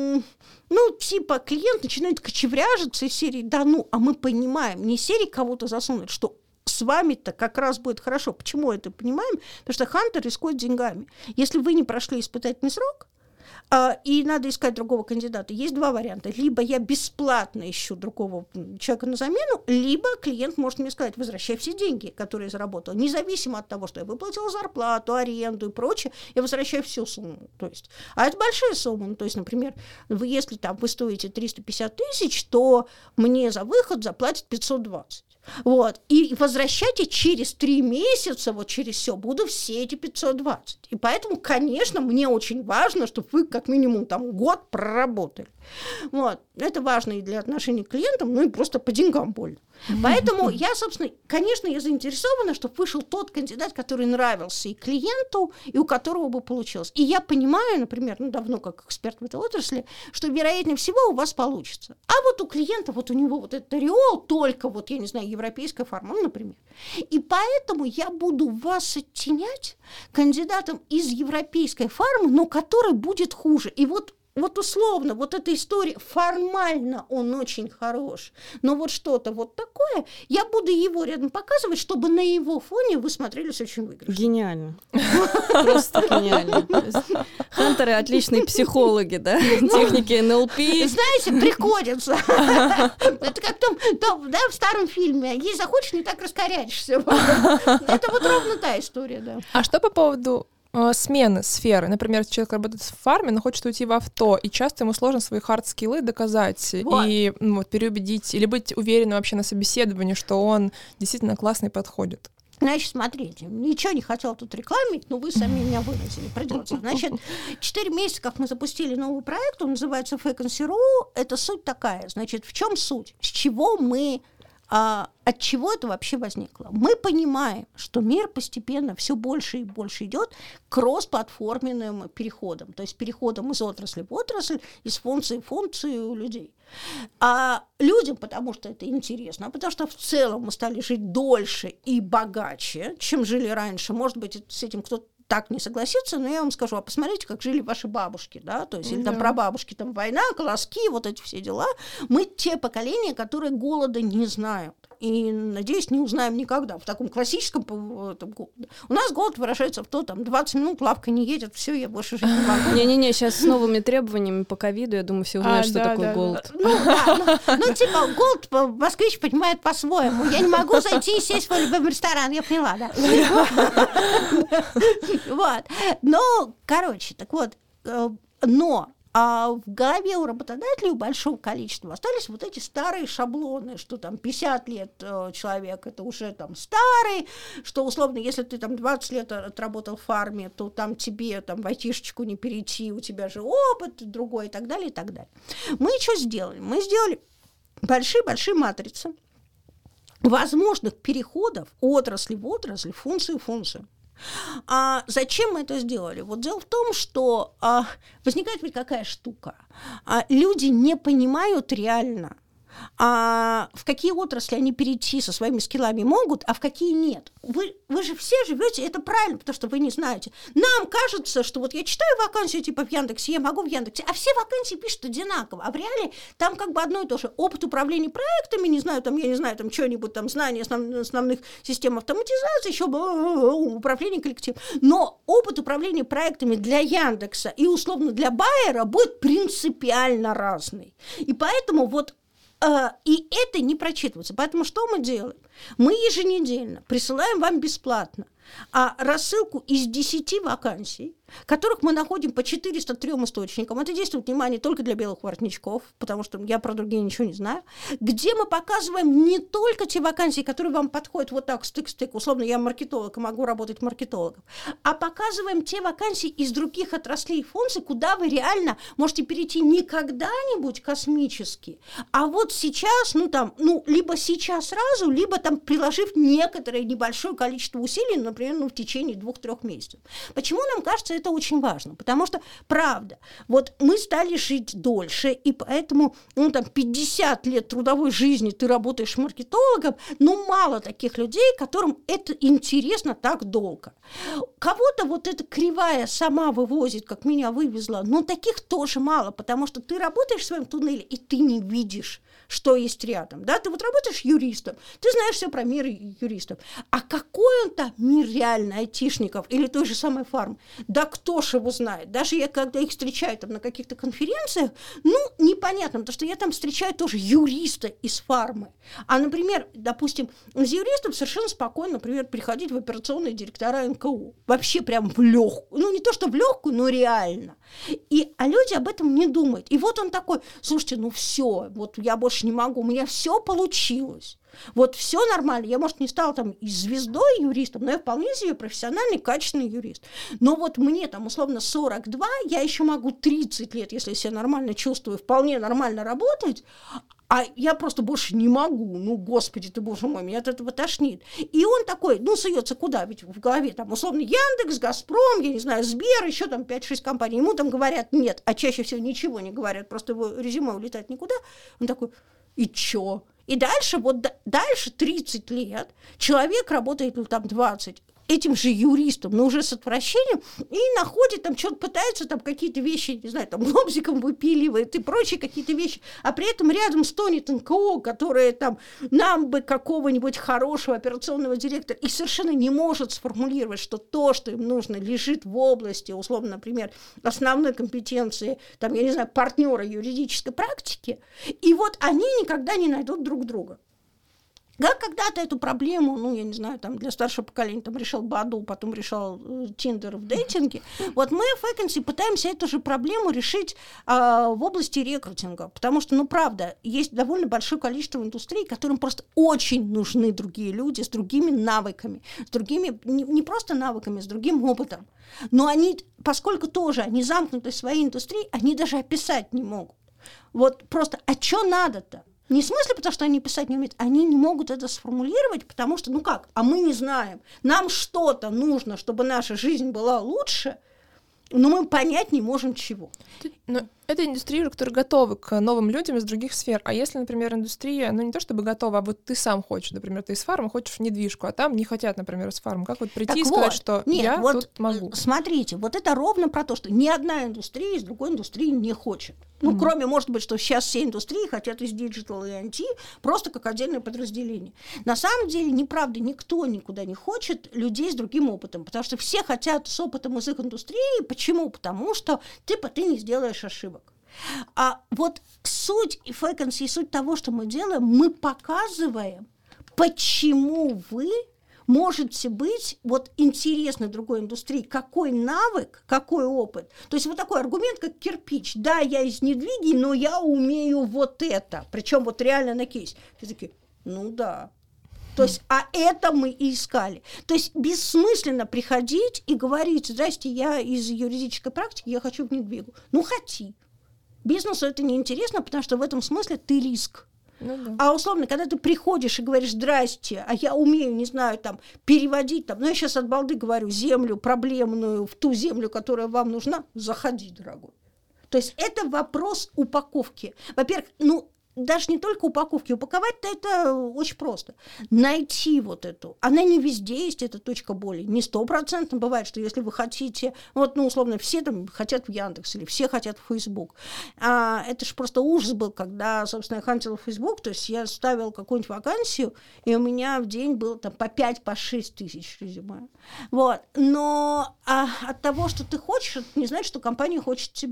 типа клиент начинает кочевряжиться из серии, да ну, а мы понимаем, не серии кого-то засунуть, что с вами-то как раз будет хорошо. Почему это понимаем? Потому что хантер рискует деньгами. Если вы не прошли испытательный срок, и надо искать другого кандидата, есть 2 варианта. Либо я бесплатно ищу другого человека на замену, либо клиент может мне сказать, возвращай все деньги, которые я заработал. Независимо от того, что я выплатила зарплату, аренду и прочее, я возвращаю всю сумму. То есть, а это большая сумма. То есть, например, если вы стоите 350 тысяч, то мне за выход заплатят 520. Вот. И возвращайте через 3 месяца, вот через все, буду все эти 520. И поэтому, конечно, мне очень важно, чтобы вы как минимум там год проработали. Вот. Это важно и для отношений к клиентам, и просто по деньгам больно. Поэтому я, собственно, конечно, я заинтересована, чтобы вышел тот кандидат, который нравился и клиенту, и у которого бы получилось. И я понимаю, например, давно как эксперт в этой отрасли, что, вероятнее всего, у вас получится. А вот у клиента, вот у него вот этот ореол, только вот, я не знаю, европейская форма, например. И поэтому я буду вас оттенять кандидатом из европейской фармы, но который будет хуже. И вот условно, вот эта история, формально он очень хорош, но вот что-то вот такое, я буду его рядом показывать, чтобы на его фоне вы смотрелись очень выигрышно. Гениально. Просто гениально. Хантеры отличные психологи, да? Техники НЛП. Знаете, приходится. Это как там, в старом фильме. Ей захочешь, не так раскорячишься. Это вот ровно та история, да. А что по поводу смены сферы? Например, человек работает в фарме, но хочет уйти в авто, и часто ему сложно свои хард-скиллы доказать и переубедить, или быть уверенным вообще на собеседовании, что он действительно классный подходит. Значит, смотрите, ничего не хотела тут рекламить, но вы сами меня выразили, придется. Значит, 4 месяца, как мы запустили новый проект, он называется Vacancy.ru, это суть такая. Значит, в чем суть? С чего мы... от чего это вообще возникло? Мы понимаем, что мир постепенно все больше и больше идет к кросс-платформенным переходам, то есть переходом из отрасли в отрасль, из функции в функцию у людей. А людям, потому что это интересно, потому что в целом мы стали жить дольше и богаче, чем жили раньше. Может быть, с этим кто-то так не согласится, но я вам скажу, а посмотрите, как жили ваши бабушки, да, то есть или там прабабушки, там война, колоски, вот эти все дела. Мы те поколения, которые голода не знают. И, надеюсь, не узнаем никогда. В таком классическом голоде. У нас голод выражается в 20 минут, лавка не едет, все, я больше жить не могу. Не-не-не, сейчас с новыми требованиями по ковиду, я думаю, все узнают, что такое голод. Типа, голод москвич понимает по-своему. Я не могу зайти и сесть в любой ресторан, я поняла, да. Вот. Ну, короче, так вот, но в голове у работодателей, у большого количества, остались вот эти старые шаблоны, что там 50 лет человек, это уже там старый, что условно, если ты там 20 лет отработал в фарме, то там тебе там в айтишечку не перейти, у тебя же опыт другой и так далее, и так далее. Мы что сделали? Мы сделали большие-большие матрицы возможных переходов отрасли в отрасль, функции в функцию. А зачем мы это сделали? Вот дело в том, что возникает ведь какая штука. Люди не понимают реально, в какие отрасли они перейти со своими скиллами могут, а в какие нет. Вы же все живете, это правильно, потому что вы не знаете. Нам кажется, что вот я читаю вакансию типа в Яндексе, я могу в Яндексе, а все вакансии пишут одинаково. А в реале там как бы одно и то же. Опыт управления проектами, не знаю, там, я не знаю, там что-нибудь, там, знания основных систем автоматизации, еще управление коллективом. Но опыт управления проектами для Яндекса и условно для Байера будет принципиально разный. И поэтому вот и это не прочитывается. Поэтому что мы делаем? Мы еженедельно присылаем вам бесплатно рассылку из 10 вакансий, которых мы находим по 403 источникам. Это действует, внимание, только для белых воротничков, потому что я про другие ничего не знаю. Где мы показываем не только те вакансии, которые вам подходят вот так, стык-стык, условно, я маркетолог и могу работать маркетологом, а показываем те вакансии из других отраслей и функций, куда вы реально можете перейти не когда-нибудь космически, а вот сейчас, либо сейчас сразу, либо там приложив некоторое небольшое количество усилий, например, в течение 2-3 месяцев. Почему нам кажется это очень важно? Потому что, правда, вот мы стали жить дольше, и поэтому 50 лет трудовой жизни ты работаешь маркетологом, мало таких людей, которым это интересно так долго. Кого-то вот эта кривая сама вывозит, как меня вывезла, но таких тоже мало, потому что ты работаешь в своем туннеле, и ты не видишь, что есть рядом. Да? Ты вот работаешь юристом, ты знаешь все про мир юристов. А какой он там мир реально айтишников или той же самой фармы? Да кто ж его знает? Даже я, когда их встречаю там на каких-то конференциях, непонятно, потому что я там встречаю тоже юриста из фармы. А, например, допустим, из юристов совершенно спокойно, например, приходить в операционные директора НКУ. Вообще прям в легкую. Не то, что в легкую, но реально. А люди об этом не думают. И вот он такой: слушайте, все, вот я больше не могу, у меня все получилось. Вот все нормально. Я, может, не стала там и звездой юристом, но я вполне себе профессиональный, качественный юрист. Но вот мне там условно 42, я еще могу 30 лет, если я себя нормально чувствую, вполне нормально работать, а я просто больше не могу. Господи ты, боже мой, меня от этого тошнит. И он такой, суется куда? Ведь в голове там условно Яндекс, Газпром, я не знаю, Сбер, еще там 5-6 компаний. Ему там говорят нет, а чаще всего ничего не говорят, просто его резюме улетает никуда. Он такой: и чё? И дальше, дальше 30 лет человек работает, там 20, этим же юристом, но уже с отвращением, и находит там что-то, пытается там какие-то вещи, не знаю, там лобзиком выпиливает и прочие какие-то вещи, а при этом рядом стонет НКО, которое там нам бы какого-нибудь хорошего операционного директора, и совершенно не может сформулировать, что то, что им нужно, лежит в области, условно, например, основной компетенции, там, я не знаю, партнера юридической практики, и вот они никогда не найдут друг друга. Как когда-то эту проблему, я не знаю, там для старшего поколения там решил Баду, потом решал Тиндер в дейтинге. Вот мы в Vacancy пытаемся эту же проблему решить в области рекрутинга, потому что, правда, есть довольно большое количество индустрий, которым просто очень нужны другие люди с другими навыками, с другими, не просто навыками, с другим опытом. Но они, поскольку тоже они замкнуты в своей индустрии, они даже описать не могут. Вот просто, а что надо-то? Не в смысле, потому что они писать не умеют, они не могут это сформулировать, потому что, а мы не знаем. Нам что-то нужно, чтобы наша жизнь была лучше, но мы понять не можем чего. Но это индустрия, которая готова к новым людям из других сфер. А если, например, индустрия, не то чтобы готова, а вот ты сам хочешь, например, ты из фармы хочешь в недвижку, а там не хотят, например, из фармы. Как прийти так и сказать, что я тут могу? Смотрите, вот это ровно про то, что ни одна индустрия из другой индустрии не хочет. Кроме, может быть, что сейчас все индустрии хотят из диджитал и IT просто как отдельное подразделение. На самом деле, неправда, никто никуда не хочет людей с другим опытом, потому что все хотят с опытом из их индустрии. Почему? Потому что ты не сделаешь ошибок. А вот суть Vacancy, суть того, что мы делаем, мы показываем, почему вы можете быть интересны другой индустрии, какой навык, какой опыт. То есть вот такой аргумент, как кирпич. Да, я из недвиги, но я умею вот это. Причем реально на кейс. Все такие, да. То есть, а это мы и искали. То есть бессмысленно приходить и говорить: здрасте, я из юридической практики, я хочу в недвигу. Хоти. Бизнесу это неинтересно, потому что в этом смысле ты риск. А условно, когда ты приходишь и говоришь: здрасте, а я умею, не знаю, там, переводить, там, я сейчас от балды говорю, землю проблемную в ту землю, которая вам нужна, заходи, дорогой. То есть это вопрос упаковки. Во-первых, даже не только упаковки. Упаковать-то это очень просто. Найти эту. Она не везде есть, эта точка боли. Не 100% бывает, что если вы хотите... условно, все там хотят в Яндекс или все хотят в Facebook. Это же просто ужас был, когда, собственно, я хантила в Facebook. То есть я ставила какую-нибудь вакансию, и у меня в день было там по 5-6 тысяч резюме. Но от того, что ты хочешь, это не значит, что компания хочет тебя.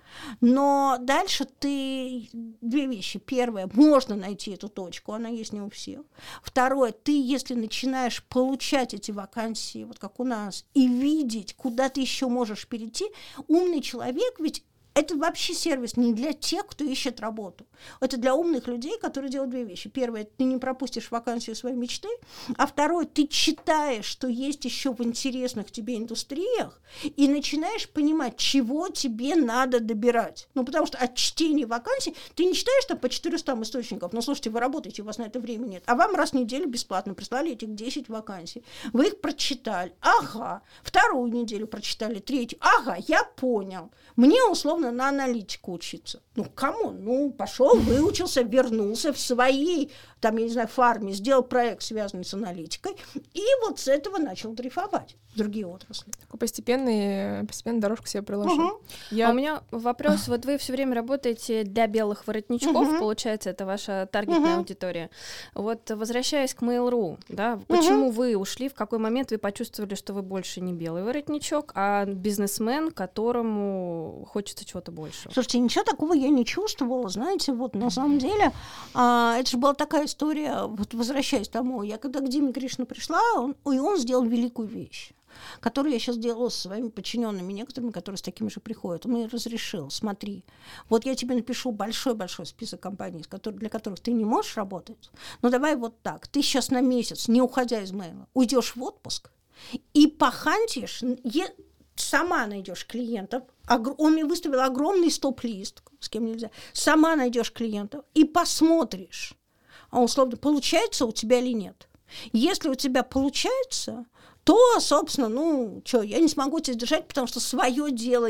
Но дальше ты... Две вещи. Первое, можно найти эту точку, она есть не у всех. Второе, ты, если начинаешь получать эти вакансии, вот как у нас, и видеть, куда ты еще можешь перейти, умный человек ведь... Это вообще сервис не для тех, кто ищет работу. Это для умных людей, которые делают две вещи. Первое, ты не пропустишь вакансию своей мечты, а второе, ты читаешь, что есть еще в интересных тебе индустриях, и начинаешь понимать, чего тебе надо добирать. Ну, потому что от чтения вакансий ты не читаешь там по 400 источников. Ну, слушайте, вы работаете, у вас на это времени нет. А вам раз в неделю бесплатно прислали этих 10 вакансий. Вы их прочитали. Ага. Вторую неделю прочитали, третью. Ага, я понял. Мне условно на аналитику учиться. Ну, кому? Ну, пошел, выучился, вернулся в своей, там, я не знаю, фарме, сделал проект, связанный с аналитикой, и вот с этого начал дрейфовать в другие отрасли. Постепенно дорожку себе проложил. Угу. У меня вопрос. Вот вы все время работаете для белых воротничков, получается, это ваша таргетная аудитория. Вот возвращаясь к Mail.ru, да, почему вы ушли, в какой момент вы почувствовали, что вы больше не белый воротничок, а бизнесмен, которому хочется чего-то большего? Слушайте, ничего такого я не чувствовала, знаете, вот на самом деле, это же была такая история, вот возвращаясь домой, я когда к Диме Гришину пришла, он сделал великую вещь, которую я сейчас делала со своими подчиненными, некоторыми, которые с такими же приходят. Он мне разрешил, смотри, вот я тебе напишу большой-большой список компаний, для которых ты не можешь работать, но давай вот так, ты сейчас на месяц, не уходя из мейла, уйдешь в отпуск и похантишь, сама найдешь клиентов. Он мне выставил огромный стоп-лист, с кем нельзя. Сама найдешь клиентов и посмотришь, условно, получается у тебя или нет. Если у тебя получается, то, собственно, я не смогу тебя сдержать, потому что свое дело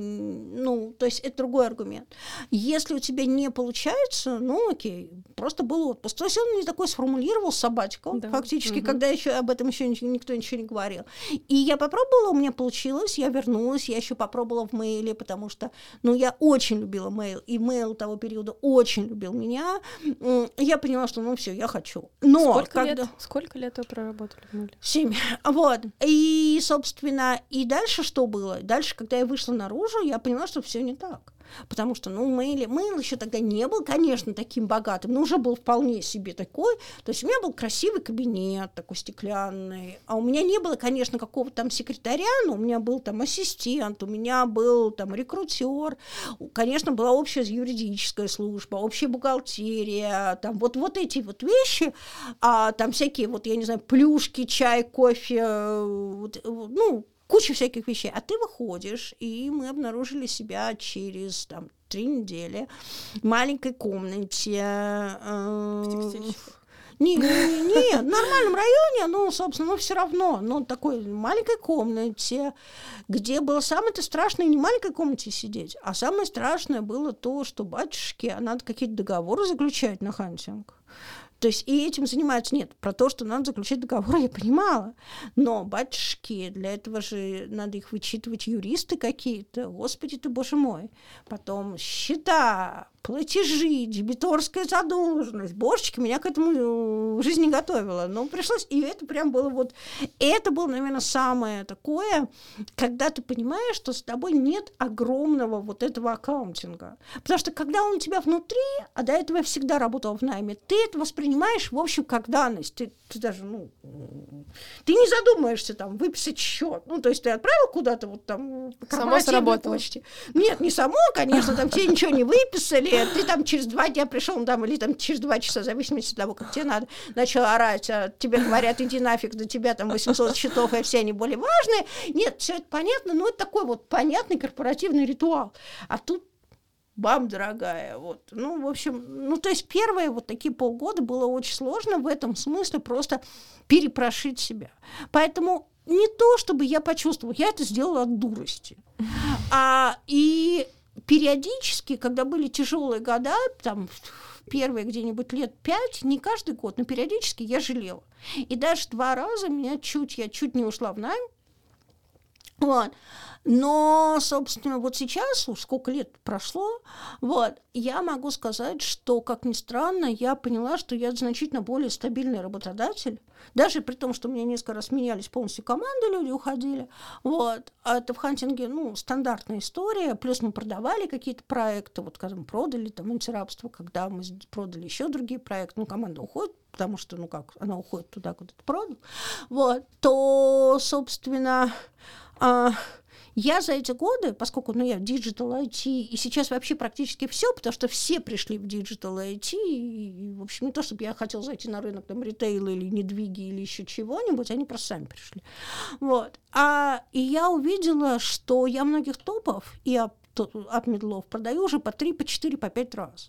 то есть это другой аргумент. Если у тебя не получается, окей, просто был отпуск. То есть он мне такой сформулировал sabbatical, да, фактически, когда об этом еще никто ничего не говорил. И я попробовала, у меня получилось, я вернулась, я еще попробовала в мейле, потому что, я очень любила мейл, и мейл того периода очень любил меня. Я поняла, что, все, я хочу. Но Сколько лет вы проработали в мейле? 7. Вот. И, собственно, и дальше что было? Дальше, когда я вышла наружу, я поняла, что все не так. Потому что, мейл еще тогда не был, конечно, таким богатым, но уже был вполне себе такой. То есть у меня был красивый кабинет, такой стеклянный. А у меня не было, конечно, какого-то там секретаря, но у меня был там ассистент, у меня был там рекрутер. Конечно, была общая юридическая служба, общая бухгалтерия, там вот эти вот вещи, там всякие, я не знаю, плюшки, чай, кофе, куча всяких вещей. А ты выходишь, и мы обнаружили себя через 3 недели в маленькой комнате. Не, в нормальном районе, собственно, все равно, такой маленькой комнате, где было самое-то страшное не в маленькой комнате сидеть, а самое страшное было то, что батюшки, надо какие-то договоры заключать на хантинг. То есть и этим занимаются. Нет, про то, что надо заключать договор, я понимала. Но, батюшки, для этого же надо их вычитывать юристы какие-то. Господи ты, боже мой. Потом счета, платежи, дебиторская задолженность. Божечки, меня к этому жизнь не готовила. Но пришлось, и это прям было это было, наверное, самое такое, когда ты понимаешь, что с тобой нет огромного этого аккаунтинга. Потому что когда он у тебя внутри, а до этого я всегда работала в найме, ты это воспринимаешь, в общем, как данность. Ты даже, ты не задумаешься выписать счет. То есть ты отправил куда-то само сработало. Нет, не само, конечно, тебе ничего не выписали, ты через 2 дня пришел, или через 2 часа, в зависимости от того, как тебе надо, начал орать, а тебе говорят, иди нафиг, до тебя 800 счетов, и все они более важные. Нет, все это понятно, но это такой понятный корпоративный ритуал. А тут бам, дорогая, в общем, то есть первые такие полгода было очень сложно в этом смысле просто перепрошить себя. Поэтому не то, чтобы я почувствовала, я это сделала от дурости. И периодически, когда были тяжелые года, первые где-нибудь лет 5, не каждый год, но периодически я жалела. И даже 2 раза я чуть не ушла в найм, Вот. Но, собственно, вот сейчас, уж сколько лет прошло, вот, я могу сказать, что, как ни странно, я поняла, что я значительно более стабильный работодатель, даже при том, что у меня несколько раз менялись полностью команды, люди уходили. Вот. А это в хантинге, стандартная история. Плюс мы продавали какие-то проекты, вот когда мы продали там антирабство, когда мы продали еще другие проекты, команда уходит, потому что, она уходит туда, куда ты продал, вот, то, собственно, я за эти годы, поскольку я в Digital IT, и сейчас вообще практически все, потому что все пришли в Digital IT, и, в общем, не то, чтобы я хотела зайти на рынок там, ритейла или недвиги или еще чего-нибудь, они просто сами пришли. Вот. И я увидела, что я многих топов и от медлов продаю уже по 3, по 4, по 5 раз.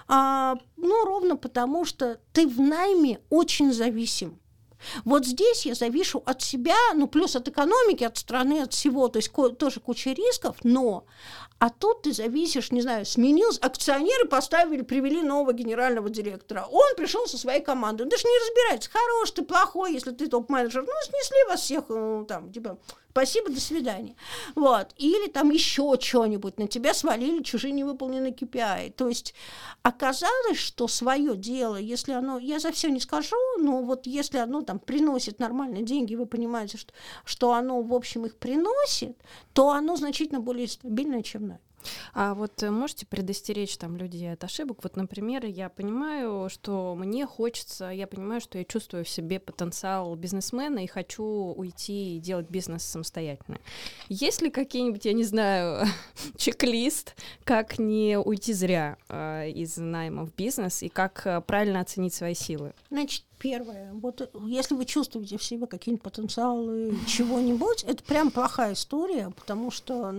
Ровно потому, что ты в найме очень зависим. Вот здесь я завишу от себя, плюс от экономики, от страны, от всего, то есть тоже куча рисков, а тут ты зависишь, не знаю, сменилось, акционеры привели нового генерального директора, он пришел со своей командой, он даже не разбирается, хороший ты, плохой, если ты топ-менеджер, снесли вас всех, спасибо, до свидания. Вот. Или там еще что-нибудь, на тебя свалили чужие невыполненные KPI. То есть оказалось, что свое дело, если я за все не скажу, но вот если оно там приносит нормальные деньги, вы понимаете, что оно, в общем, их приносит, то оно значительно более стабильное, чем найм. А вот можете предостеречь людей от ошибок? Вот, например, я понимаю, что мне хочется, я понимаю, что я чувствую в себе потенциал бизнесмена и хочу уйти и делать бизнес самостоятельно. Есть ли какие-нибудь, я не знаю, чек-лист, как не уйти зря из найма в бизнес и как правильно оценить свои силы? Значит, первое, вот если вы чувствуете в себе какие-нибудь потенциалы чего-нибудь, это прям плохая история, потому что,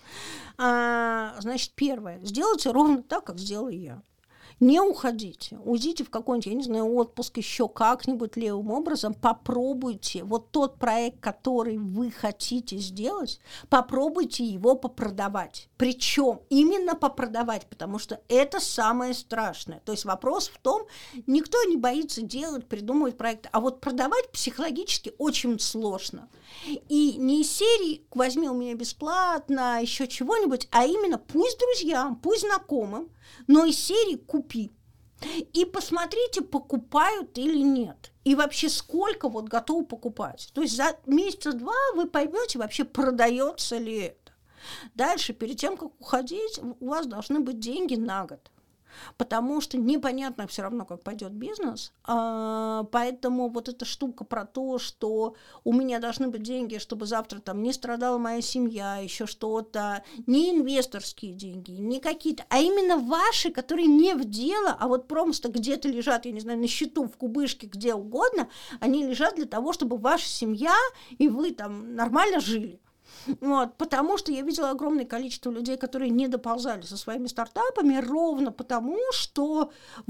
значит, первое, сделайте ровно так, как сделала я. Не уходите, уйдите в какой-нибудь, я не знаю, отпуск еще как-нибудь левым образом, попробуйте вот тот проект, который вы хотите сделать, попробуйте его попродавать. Причем именно попродавать, потому что это самое страшное. То есть вопрос в том, никто не боится делать, придумывать проекты, а вот продавать психологически очень сложно. И не из серии «возьми у меня бесплатно», еще чего-нибудь, а именно пусть друзьям, пусть знакомым, но из серии «купи». И посмотрите, покупают или нет. И вообще сколько готовы покупать. То есть за месяца-два вы поймете вообще, продается ли это. Дальше, перед тем, как уходить, у вас должны быть деньги на год. Потому что непонятно все равно, как пойдет бизнес. Поэтому вот эта штука про то, что у меня должны быть деньги, чтобы завтра там не страдала моя семья, еще что-то, не инвесторские деньги, не какие-то, а именно ваши, которые не в дело, а вот просто где-то лежат, я не знаю, на счету, в кубышке, где угодно, они лежат для того, чтобы ваша семья и вы там нормально жили. Вот, потому что я видела огромное количество людей, которые не доползали со своими стартапами ровно потому, что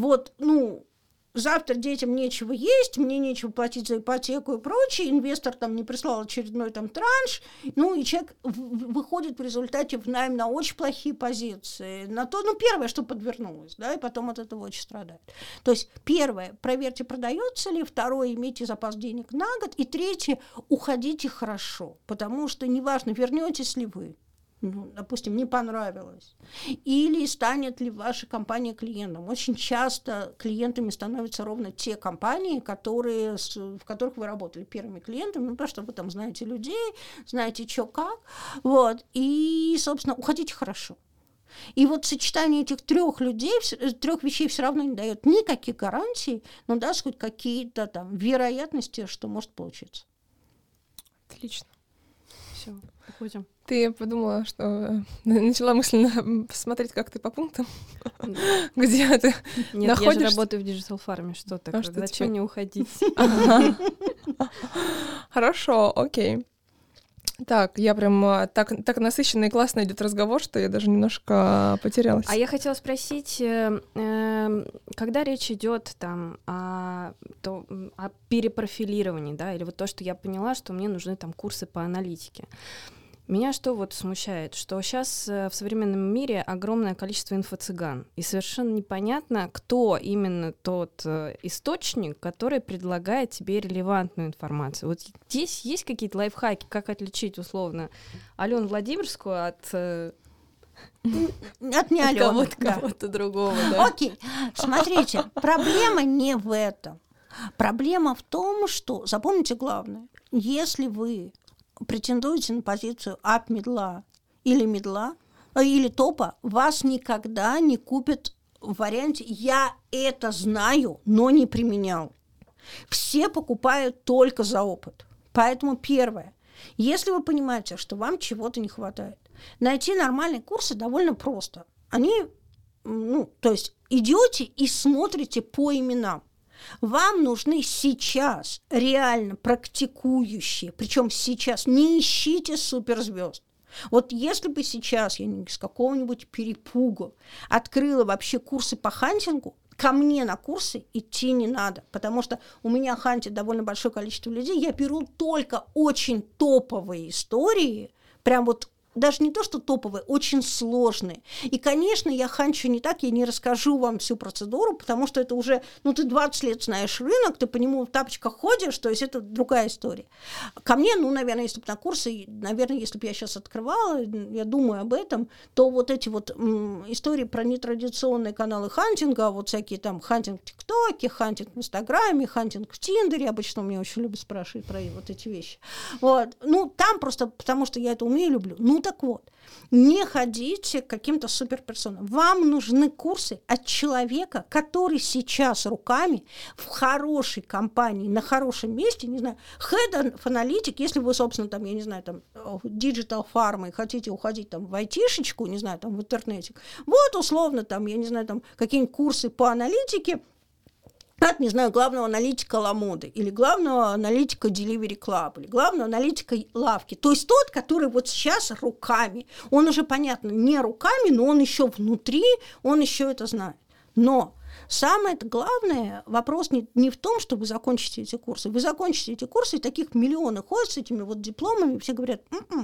завтра детям нечего есть, мне нечего платить за ипотеку и прочее, инвестор там не прислал очередной там транш, и человек выходит в результате в найм на очень плохие позиции, на то, первое, что подвернулось, да, и потом от этого очень страдает. То есть первое, проверьте, продается ли, второе, имейте запас денег на год, и третье, уходите хорошо, потому что неважно, вернетесь ли вы, допустим, не понравилось, или станет ли ваша компания клиентом. Очень часто клиентами становятся ровно те компании, в которых вы работали первыми клиентами, потому что вы там знаете людей, знаете, что как, и, собственно, уходите хорошо. И вот сочетание этих трех вещей все равно не дает никаких гарантий, но даст хоть какие-то там вероятности, что может получиться. Отлично. Все, уходим. Ты подумала, что начала мысленно смотреть, как ты по пунктам, где ты Нет, находишься? Я же работаю в Digital Farm, что такое? Зачем мне уходить? Хорошо, окей. Так, я прям так насыщенно и классно идет разговор, что я даже немножко потерялась. А я хотела спросить, когда речь идет там о перепрофилировании, да, или вот то, что я поняла, что мне нужны там курсы по аналитике. Меня что вот смущает, что сейчас в современном мире огромное количество инфо-цыган, и совершенно непонятно, кто именно тот источник, который предлагает тебе релевантную информацию. Вот здесь есть какие-то лайфхаки, как отличить условно Алену Владимирскую от не Алены, кого-то другого. Да. Окей, смотрите, проблема не в этом. Проблема в том, что, запомните главное, если вы претендуете на позицию ап-мидла или топа, вас никогда не купят в варианте «я это знаю, но не применял». Все покупают только за опыт. Поэтому первое, если вы понимаете, что вам чего-то не хватает, найти нормальные курсы довольно просто. То есть идете и смотрите по именам. Вам нужны сейчас реально практикующие, причем сейчас не ищите суперзвезд. Вот если бы сейчас я с какого-нибудь перепугу открыла вообще курсы по хантингу, ко мне на курсы идти не надо, потому что у меня хантит довольно большое количество людей, я беру только очень топовые истории, прям вот даже не то, что топовые, очень сложные. И, конечно, я ханчу не так, я не расскажу вам всю процедуру, потому что это уже, ты 20 лет знаешь рынок, ты по нему в тапочках ходишь, то есть это другая история. Ко мне, наверное, если бы на курсы, наверное, если бы я сейчас открывала, я думаю об этом, то вот эти вот истории про нетрадиционные каналы хантинга, вот всякие там хантинг в ТикТоке, хантинг в Инстаграме, хантинг в Тиндере, обычно меня очень любят спрашивать про вот эти вещи. Вот. Там просто, потому что я это умею, люблю. Так вот, не ходите к каким-то суперперсонам. Вам нужны курсы от человека, который сейчас руками в хорошей компании, на хорошем месте, не знаю, head of analytics, если вы, собственно, там, я не знаю, там, digital pharma и хотите уходить там в айтишечку, не знаю, там, в интернете, вот, условно, там, я не знаю, там, какие-нибудь курсы по аналитике, от, не знаю, главного аналитика Ламоды, или главного аналитика Delivery Club, или главного аналитика лавки. То есть тот, который вот сейчас руками. Он уже, понятно, не руками, но он еще внутри, он еще это знает. Но самое главное, вопрос не в том, что вы закончите эти курсы. Вы закончите эти курсы, и таких миллионы ходят с этими вот дипломами, все говорят,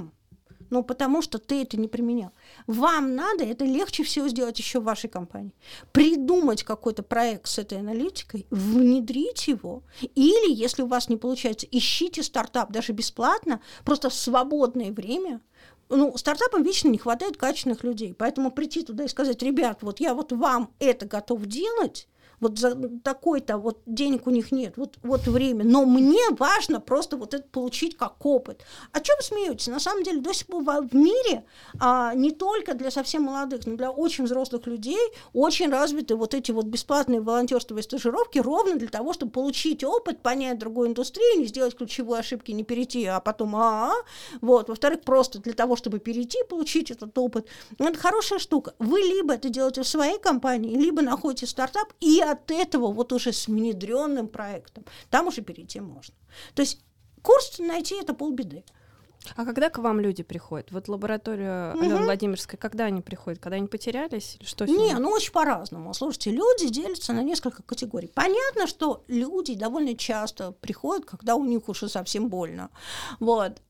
потому что ты это не применял. Вам надо, это легче всего сделать еще в вашей компании. Придумать какой-то проект с этой аналитикой, внедрить его, или, если у вас не получается, ищите стартап даже бесплатно, просто в свободное время. Стартапам вечно не хватает качественных людей, поэтому прийти туда и сказать, ребят, вот я вот вам это готов делать, вот за такой-то вот денег у них нет, вот время, но мне важно просто вот это получить как опыт. А что вы смеетесь? На самом деле до сих пор в мире не только для совсем молодых, но для очень взрослых людей очень развиты вот эти вот бесплатные волонтерские стажировки ровно для того, чтобы получить опыт, понять другую индустрию, не сделать ключевые ошибки, не перейти, а потом вот. Во-вторых, просто для того, чтобы перейти, получить этот опыт. Это хорошая штука. Вы либо это делаете в своей компании, либо находите стартап и от этого вот уже с внедренным проектом. Там уже перейти можно. То есть курс найти — это полбеды. А когда к вам люди приходят? Вот лаборатория Алены Владимирской, когда они приходят? Когда они потерялись? Или что? Очень по-разному. Слушайте, люди делятся на несколько категорий. Понятно, что люди довольно часто приходят, когда у них уже совсем больно. Вот.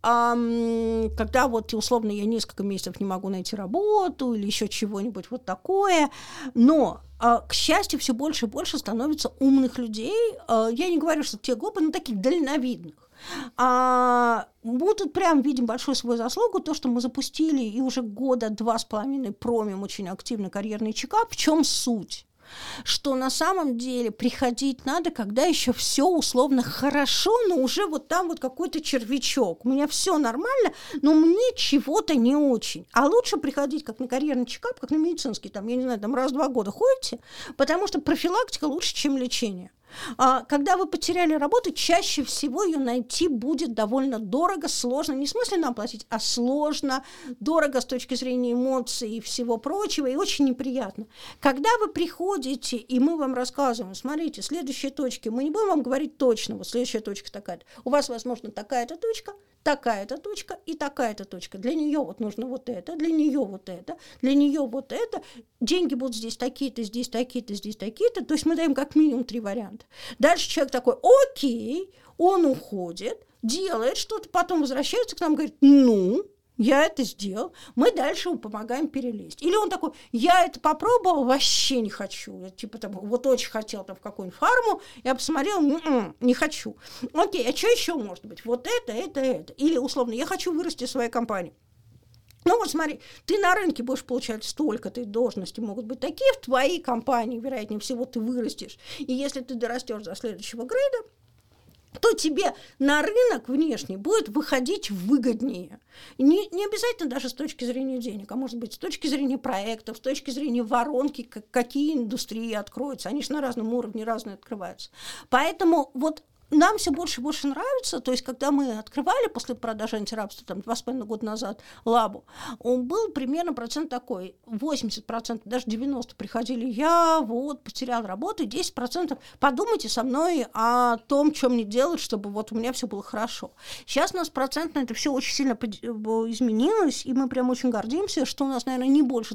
Когда вот, условно, я несколько месяцев не могу найти работу или еще чего-нибудь вот такое. Но к счастью, все больше и больше становится умных людей. Я не говорю, что те глупые, но таких дальновидных. Тут прям видим большую свою заслугу, то, что мы запустили и уже 2.5 года промим очень активно карьерный чекап. В чем суть? Что на самом деле приходить надо, когда еще все условно хорошо, но уже вот там вот какой-то червячок. У меня все нормально, но мне чего-то не очень. А лучше приходить как на карьерный чекап, как на медицинский, там, я не знаю, там раз в 2 года ходите, потому что профилактика лучше, чем лечение. Когда вы потеряли работу, чаще всего ее найти будет довольно дорого, сложно, не в смысле нам платить, а сложно, дорого с точки зрения эмоций и всего прочего, и очень неприятно. Когда вы приходите, и мы вам рассказываем, смотрите, следующие точки, мы не будем вам говорить точно, вот следующая точка такая-то, у вас, возможно, такая-то точка и такая-то точка. Для нее вот нужно вот это, для нее вот это, для нее вот это. Деньги будут здесь такие-то, здесь такие-то, здесь такие-то. То есть мы даем как минимум 3 варианта. Дальше человек такой, окей, он уходит, делает что-то, потом возвращается к нам и говорит, я это сделал, мы дальше ему помогаем перелезть. Или он такой, я это попробовал, вообще не хочу. Я, типа, там, вот очень хотел там, в какую-нибудь фарму, я посмотрела, не хочу. Окей, а что еще может быть? Вот это. Или, условно, я хочу вырасти свою компанию. Ну вот смотри, ты на рынке будешь получать столько-то, и должности могут быть такие, в твоей компании, вероятнее всего, ты вырастешь. И если ты дорастешь до следующего грейда, то тебе на рынок внешний будет выходить выгоднее. Не обязательно даже с точки зрения денег, а может быть с точки зрения проектов, с точки зрения воронки, какие индустрии откроются. Они же на разном уровне разные открываются. Поэтому вот нам все больше и больше нравится, то есть когда мы открывали после продажи антирабства, там, 2,5 года назад, лабу, он был примерно процент такой, 80%, даже 90% приходили, я вот потерял работу, и 10% подумайте со мной о том, что мне делать, чтобы вот у меня все было хорошо. Сейчас у нас процентно это все очень сильно изменилось, и мы прям очень гордимся, что у нас, наверное, не больше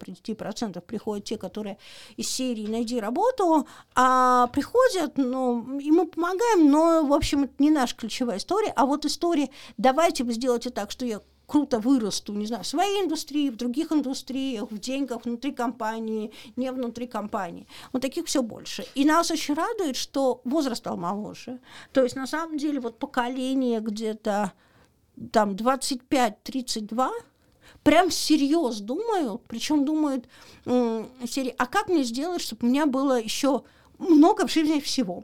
20% приходят те, которые из серии «Найди работу», а приходят, ну, и мы помогаем, но, в общем, это не наша ключевая история, а вот история «давайте вы сделайте так, что я круто вырасту, не знаю, в своей индустрии, в других индустриях, в деньгах внутри компании, не внутри компании». Вот таких все больше. И нас очень радует, что возраст стал моложе. То есть, на самом деле, вот поколение где-то там 25-32 прям всерьез думают, причем думают серии, а как мне сделать, чтобы у меня было еще много в жизни всего.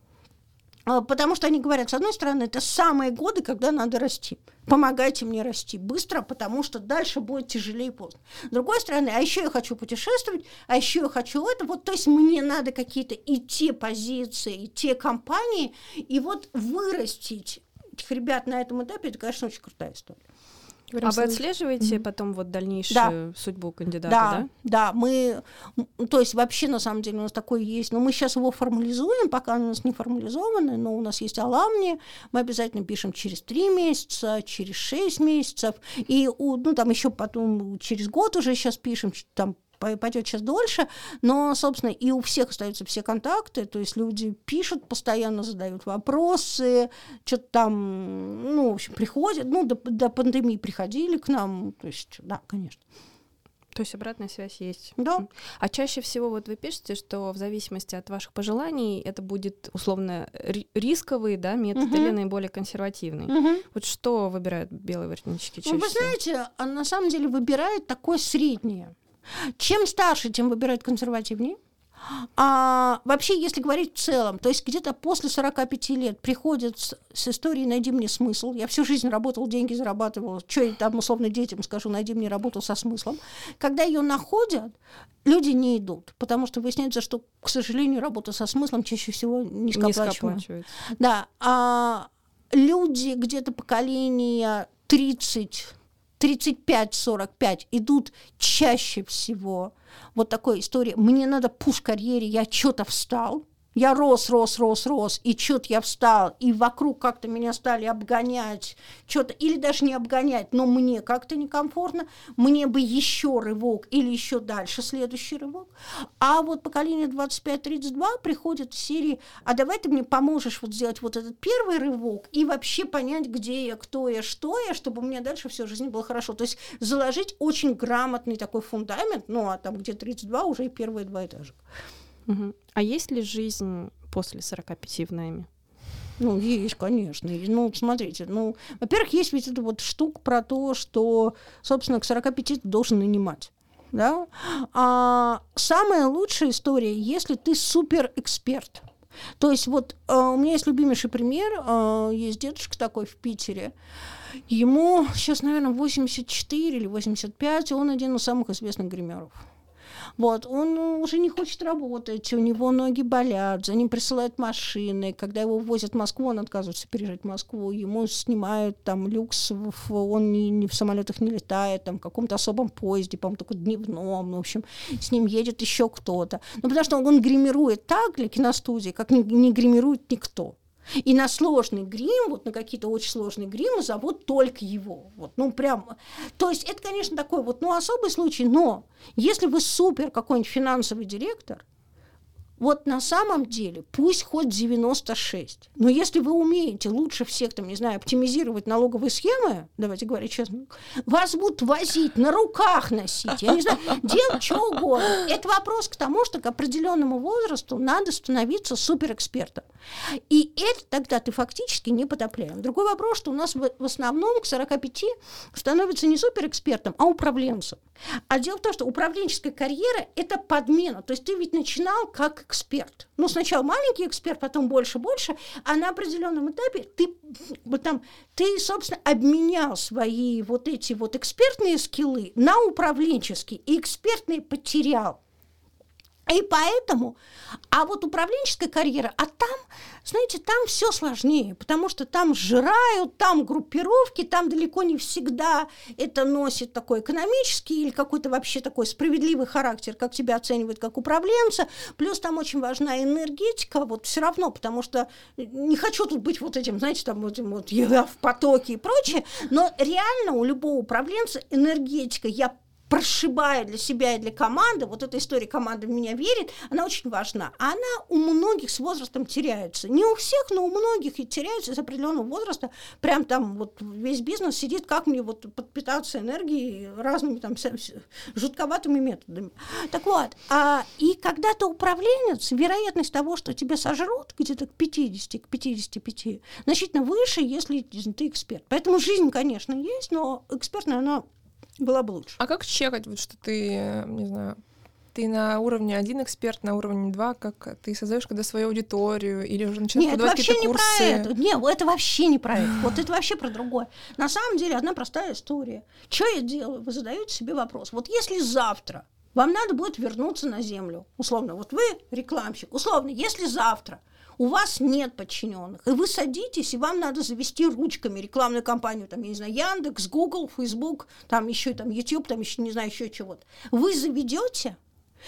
Потому что они говорят, с одной стороны, это самые годы, когда надо расти. Помогайте мне расти быстро, потому что дальше будет тяжелее и поздно. С другой стороны, а еще я хочу путешествовать, а еще я хочу это. Вот, то есть мне надо какие-то и те позиции, и те компании, и вот вырастить этих ребят на этом этапе, это, конечно, очень крутая история. А вы отслеживаете потом вот дальнейшую судьбу кандидата, да? Да, мы, то есть вообще на самом деле у нас такое есть, но мы сейчас его формализуем, пока у нас не формализовано, но у нас есть аламни, мы обязательно пишем через 3 месяца, через 6 месяцев, и там еще потом через год уже сейчас пишем, там пойдет сейчас дольше, но, собственно, и у всех остаются все контакты, то есть люди пишут, постоянно задают вопросы, что-то там, в общем, приходят, до пандемии приходили к нам, то есть, да, конечно. То есть обратная связь есть. Да. А чаще всего вот вы пишете, что в зависимости от ваших пожеланий это будет условно рисковый, да, метод или наиболее консервативный. Вот что выбирают белые воротнички чаще всего? Вы знаете, на самом деле выбирают такое среднее. Чем старше, тем выбирают консервативнее. А вообще, если говорить в целом, то есть где-то после 45 лет приходят с историей «найди мне смысл». Я всю жизнь работал, деньги зарабатывал. Что я там условно детям скажу, найди мне работу со смыслом. Когда ее находят, люди не идут, потому что выясняется, что, к сожалению, работа со смыслом чаще всего низкооплачиваемая. Да, а люди где-то поколения 35-45 идут чаще всего вот такой истории. Мне надо пуш карьере, я что-то встал. Я рос, и что-то я встал, и вокруг как-то меня стали обгонять, что-то, или даже не обгонять, но мне как-то некомфортно, мне бы еще рывок или еще дальше следующий рывок. А вот поколение 25-32 приходит в серии, а давай ты мне поможешь вот сделать вот этот первый рывок и вообще понять, где я, кто я, что я, чтобы у меня дальше всю жизнь было хорошо. То есть заложить очень грамотный такой фундамент, а там где 32 уже и первые 2 этажа. Угу. А есть ли жизнь после 45 в найме? Есть, конечно. Смотрите, во-первых, есть ведь эта вот штука про то, что, собственно, к 45 ты должен нанимать. Да? А самая лучшая история, если ты суперэксперт. То есть вот у меня есть любимейший пример, есть дедушка такой в Питере, ему сейчас, наверное, 84 или 85, он один из самых известных гримеров. Вот, он уже не хочет работать, у него ноги болят, за ним присылают машины, когда его возят в Москву, он отказывается переезжать в Москву, ему снимают там люкс, он не в самолетах не летает, там в каком-то особом поезде, по-моему, только дневном, в общем, с ним едет еще кто-то. Потому что он гримирует так для киностудии, как не гримирует никто. И на сложный грим, вот на какие-то очень сложные гримы зовут только его. Прям. То есть это, конечно, такой особый случай, но если вы супер какой-нибудь финансовый директор, Вот на самом деле пусть хоть 96, но если вы умеете лучше всех, там, не знаю, оптимизировать налоговые схемы, давайте говорить честно, вас будут возить, на руках носить, я не знаю, делать что угодно. Это вопрос к тому, что к определенному возрасту надо становиться суперэкспертом. И это тогда ты фактически непотопляем. Другой вопрос, что у нас в основном к 45 становится не суперэкспертом, а управленцем. А дело в том, что управленческая карьера – это подмена. То есть ты ведь начинал как эксперт. Ну, сначала маленький эксперт, потом больше, а на определенном этапе ты, собственно, обменял свои вот эти вот экспертные скиллы на управленческие, и экспертные потерял. И поэтому, а вот управленческая карьера, а там, знаете, там все сложнее, потому что там сжирают, там группировки, там далеко не всегда это носит такой экономический или какой-то вообще такой справедливый характер, как тебя оценивают как управленца, плюс там очень важна энергетика, вот все равно, потому что не хочу тут быть вот этим, знаете, там вот я в потоке и прочее, но реально у любого управленца энергетика, я прошибая для себя и для команды, вот эта история «команда в меня верит», она очень важна. Она у многих с возрастом теряется. Не у всех, но у многих и теряется с определенного возраста. Прям там вот весь бизнес сидит, как мне вот подпитаться энергией разными там жутковатыми методами. Так вот, и когда ты управленец, вероятность того, что тебя сожрут где-то к 50, к 55, значительно выше, если ты эксперт. Поэтому жизнь, конечно, есть, но экспертная она была бы лучше. А как чекать, вот, что ты, не знаю, ты на уровне 1 эксперт, на уровне 2, как ты создаешь когда свою аудиторию, или уже начинаешь продавать какие-то курсы? Нет, это вообще не про это. Нет, это вообще не про это. Вот это вообще про другое. На самом деле одна простая история. Что я делаю? Вы задаете себе вопрос. Вот если завтра вам надо будет вернуться на землю, условно, вот вы рекламщик, условно, если завтра у вас нет подчиненных, и вы садитесь, и вам надо завести ручками рекламную кампанию, там, я не знаю, Яндекс, Google, Facebook, там еще там YouTube, там еще, не знаю, еще чего-то. Вы заведете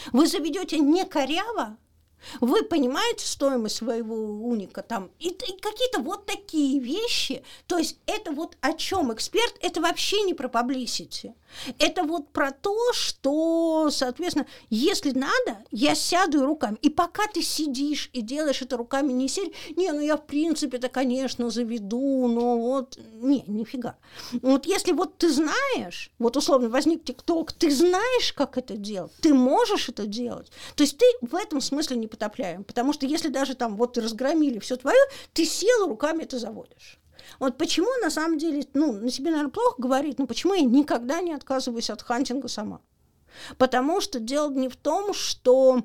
не коряво, вы понимаете стоимость своего уника там, и какие-то вот такие вещи, то есть это вот о чем эксперт, это вообще не про publicity. Это вот про то, что, соответственно, если надо, я сяду и руками. И пока ты сидишь и делаешь это руками, не сидишь, ну я в принципе-то, конечно, заведу, но вот, нифига. Вот если вот ты знаешь, вот условно возник ТикТок, ты знаешь, как это делать, ты можешь это делать, то есть ты в этом смысле не потопляем, потому что если даже там вот разгромили все твое, ты сел руками это заводишь. Вот почему, на самом деле, на себе, наверное, плохо говорить, но почему я никогда не отказываюсь от хантинга сама? Потому что дело не в том, что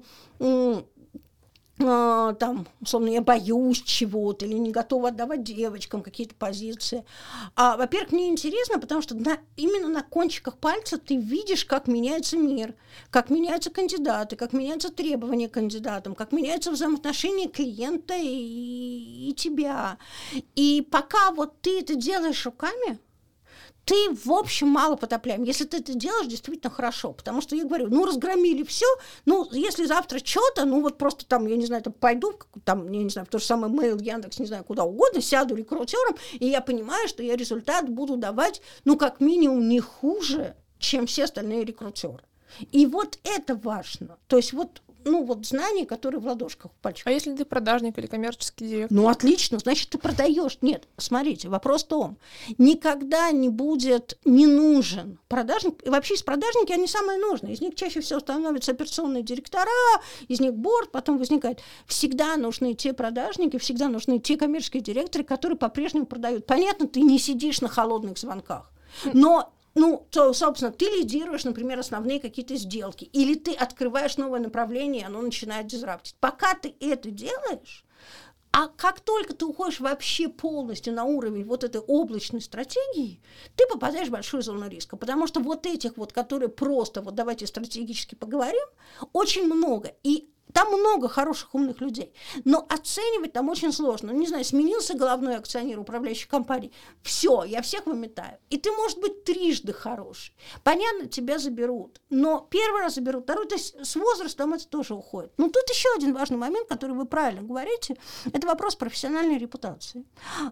там, условно, я боюсь чего-то или не готова отдавать девочкам какие-то позиции. Во-первых, мне интересно, потому что именно на кончиках пальца ты видишь, как меняется мир, как меняются кандидаты, как меняются требования к кандидатам, как меняются взаимоотношения клиента и тебя. И пока вот ты это делаешь руками, ты, в общем, мало потопляем. Если ты это делаешь, действительно хорошо. Потому что я говорю, разгромили все. Если завтра что-то, вот просто там, я не знаю, там пойду, там, я не знаю, в то же самое Mail, Яндекс, не знаю, куда угодно, сяду рекрутером, и я понимаю, что я результат буду давать, как минимум, не хуже, чем все остальные рекрутеры. И вот это важно. То есть вот знания, которые в ладошках, в пальчиках. А если ты продажник или коммерческий директор? Отлично, значит, ты продаешь. Нет, смотрите, вопрос в том, никогда не будет не нужен продажник. И вообще из продажники они самые нужные. Из них чаще всего становятся операционные директора, из них борд, потом возникает. Всегда нужны те продажники, всегда нужны те коммерческие директоры, которые по-прежнему продают. Понятно, ты не сидишь на холодных звонках, но то, собственно, ты лидируешь, например, основные какие-то сделки, или ты открываешь новое направление, и оно начинает дизраптить. Пока ты это делаешь, а как только ты уходишь вообще полностью на уровень вот этой облачной стратегии, ты попадаешь в большую зону риска, потому что вот этих вот, которые просто, вот давайте стратегически поговорим, очень много, и там много хороших, умных людей, но оценивать там очень сложно. Не знаю, сменился головной акционер управляющей компании, все, я всех выметаю. И ты, может быть, трижды хороший. Понятно, тебя заберут, но первый раз заберут, второй, то есть с возрастом это тоже уходит. Но тут еще один важный момент, который вы правильно говорите, это вопрос профессиональной репутации.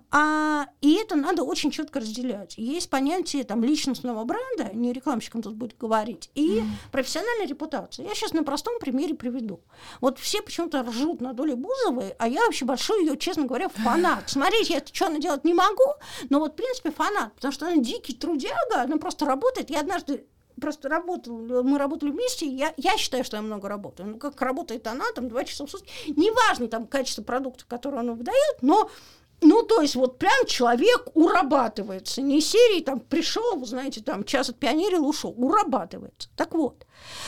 И это надо очень четко разделять. Есть понятие там личностного бренда, не рекламщикам тут будет говорить, и профессиональная репутация. Я сейчас на простом примере приведу. Вот все почему-то ржут над Олей Бузовой, а я вообще большой ее, честно говоря, фанат. Смотрите, я что она делать не могу, но вот, в принципе, фанат, потому что она дикий трудяга, она просто работает. Я однажды просто мы работали вместе, я считаю, что я много работаю. Ну, как работает она, там, 2 часа в сутки. Неважно, там, качество продукта, который она выдает, но, то есть, вот прям человек урабатывается. Не из серии, там, пришел, вы знаете, там, час отпионерил, ушел. Урабатывается. Так вот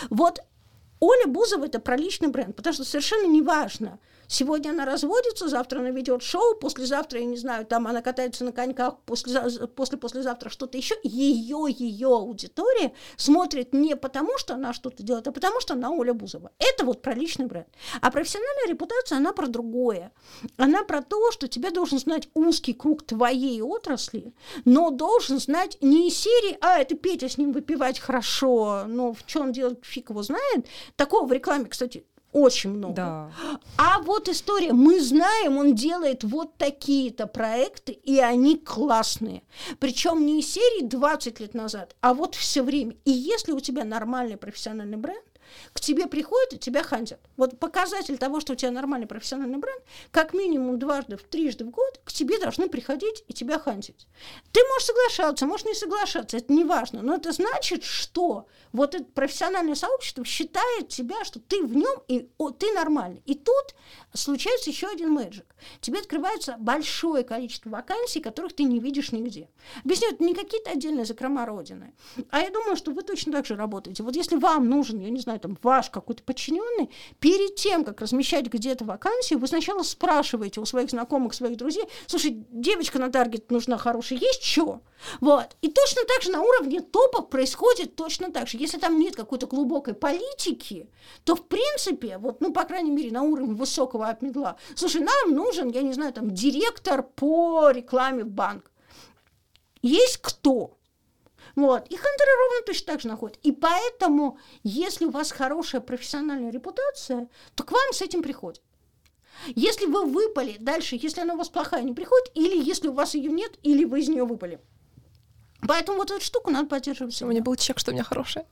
Оля Бузова – это про личный бренд, потому что совершенно неважно, сегодня она разводится, завтра она ведет шоу, послезавтра, я не знаю, там она катается на коньках, послезавтра что-то еще. Ее аудитория смотрит не потому, что она что-то делает, а потому, что она Оля Бузова. Это вот про личный бренд. А профессиональная репутация, она про другое. Она про то, что тебя должен знать узкий круг твоей отрасли, но должен знать не из серии, это Петя, с ним выпивать хорошо, но в чем делать, фиг его знает. Такого в рекламе, кстати, очень много. Да. А вот история. Мы знаем, он делает вот такие-то проекты, и они классные. Причем не из серии 20 лет назад, а вот все время. И если у тебя нормальный профессиональный бренд, к тебе приходят и тебя хантят. Вот показатель того, что у тебя нормальный профессиональный бренд, как минимум трижды в год к тебе должны приходить и тебя хантить. Ты можешь соглашаться, можешь не соглашаться, это не важно, но это значит, что вот это профессиональное сообщество считает тебя, что ты в нем и ты нормальный. И тут случается еще один мэджик. Тебе открывается большое количество вакансий, которых ты не видишь нигде. Объясню, это не какие-то отдельные закрома Родины. А я думаю, что вы точно так же работаете. Вот если вам нужен, я не знаю, там, ваш какой-то подчиненный, перед тем, как размещать где-то вакансию, вы сначала спрашиваете у своих знакомых, своих друзей: слушай, девочка на таргет нужна хорошая, есть что? Вот. И точно так же на уровне топов происходит точно так же. Если там нет какой-то глубокой политики, то, в принципе, вот, по крайней мере, на уровне высокого апмидла, слушай, нам нужен, я не знаю, там, директор по рекламе в банк. Есть кто? Вот. И хантеры ровно точно так же находят. И поэтому, если у вас хорошая профессиональная репутация, то к вам с этим приходят. Если вы выпали дальше, если она у вас плохая, не приходит, или если у вас ее нет, или вы из нее выпали. Поэтому вот эту штуку надо поддерживать. У меня был чек, что у меня хорошая.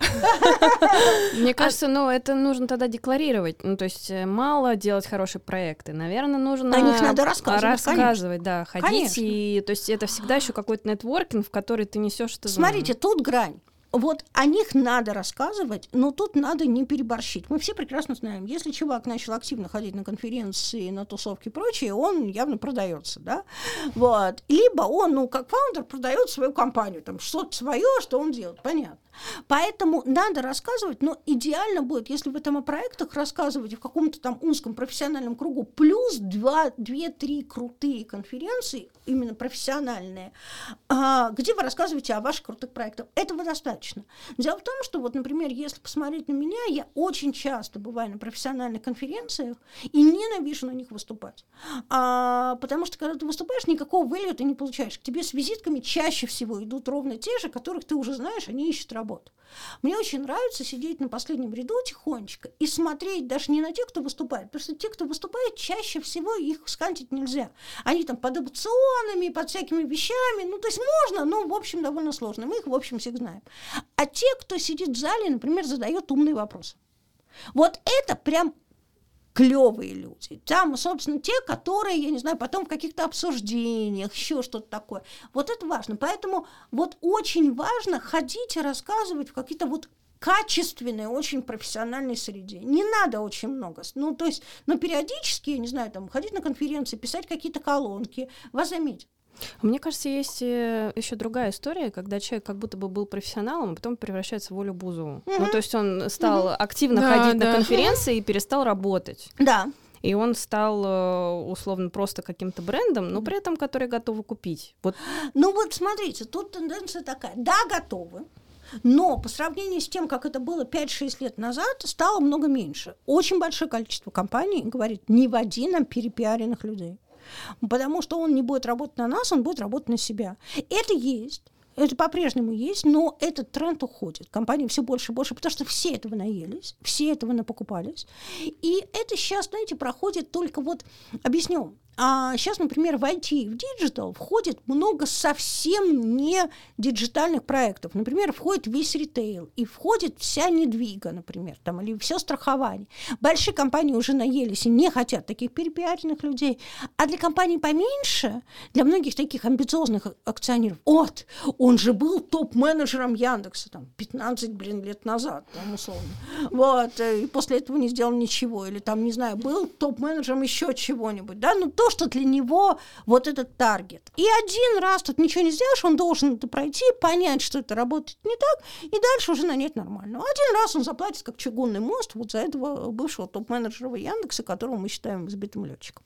Мне кажется, это нужно тогда декларировать. То есть мало делать хорошие проекты. Наверное, нужно... О них надо рассказывать, да, ходить. Конечно. И, то есть это всегда еще какой-то нетворкинг, в который ты несешь это. Смотрите, тут грань. Вот о них надо рассказывать, но тут надо не переборщить. Мы все прекрасно знаем, если чувак начал активно ходить на конференции, на тусовки и прочее, он явно продается, да? Вот. Либо он, как фаундер, продает свою компанию, там что-то свое, что он делает, понятно. Поэтому надо рассказывать, но идеально будет, если вы там о проектах рассказываете в каком-то там узком профессиональном кругу, плюс 2-3 крутые конференции, именно профессиональные, где вы рассказываете о ваших крутых проектах. Этого достаточно. Дело в том, что вот, например, если посмотреть на меня, я очень часто бываю на профессиональных конференциях и ненавижу на них выступать. Потому что, когда ты выступаешь, никакого value ты не получаешь. К тебе с визитками чаще всего идут ровно те же, которых ты уже знаешь, они ищут работу. Мне очень нравится сидеть на последнем ряду тихонечко и смотреть даже не на тех, кто выступает, потому что те, кто выступает, чаще всего их скантить нельзя. Они там под опционами, под всякими вещами, то есть можно, но, в общем, довольно сложно. Мы их, в общем, всех знаем. А те, кто сидит в зале, например, задает умные вопросы. Вот это прям клевые люди. Там, собственно, те, которые, я не знаю, потом в каких-то обсуждениях, еще что-то такое. Вот это важно. Поэтому вот очень важно ходить и рассказывать в какие-то вот качественной, очень профессиональной среде. Не надо очень много. То есть, периодически, я не знаю, там, ходить на конференции, писать какие-то колонки, вас заметят. Мне кажется, есть еще другая история, когда человек как будто бы был профессионалом, а потом превращается в Олю Бузову. То есть он стал активно ходить на конференции и перестал работать. Да. И он стал, условно, просто каким-то брендом, но при этом который готовы купить. Вот. Вот смотрите, тут тенденция такая. Да, готовы. Но по сравнению с тем, как это было 5-6 лет назад, стало много меньше. Очень большое количество компаний говорит: не води нам перепиаренных людей. Потому что он не будет работать на нас, он будет работать на себя. Это есть, это по-прежнему есть, но этот тренд уходит. Компании все больше и больше, потому что все этого наелись, все этого напокупались. И это сейчас, знаете, проходит только объясню, А сейчас, например, в IT и в диджитал входит много совсем не диджитальных проектов. Например, входит весь ритейл, и входит вся недвига, например, там, или все страхование. Большие компании уже наелись и не хотят таких перепиаренных людей. А для компаний поменьше, для многих таких амбициозных акционеров, он же был топ-менеджером Яндекса, там, 15, лет назад, там, условно. И после этого не сделал ничего. Или, там, не знаю, был топ-менеджером еще чего-нибудь, да, то, что для него вот этот таргет. И один раз тут ничего не сделаешь, он должен это пройти, понять, что это работает не так, и дальше уже нанять нормально. Один раз он заплатит как чугунный мост вот за этого бывшего топ-менеджера Яндекса, которого мы считаем избитым летчиком.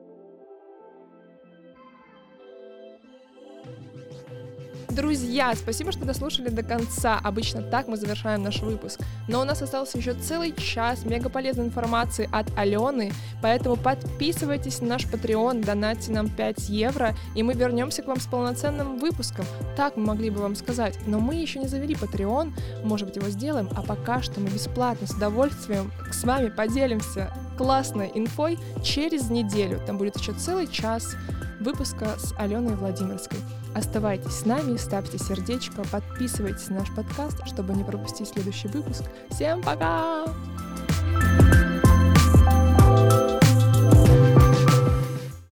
Друзья, спасибо, что дослушали до конца. Обычно так мы завершаем наш выпуск. Но у нас остался еще целый час мегаполезной информации от Алены, поэтому подписывайтесь на наш Patreon, донатьте нам 5 евро, и мы вернемся к вам с полноценным выпуском. Так мы могли бы вам сказать. Но мы еще не завели Patreon, может быть, его сделаем, а пока что мы бесплатно, с удовольствием с вами поделимся классной инфой через неделю. Там будет еще целый час выпуска с Аленой Владимирской. Оставайтесь с нами, ставьте сердечко, подписывайтесь на наш подкаст, чтобы не пропустить следующий выпуск. Всем пока!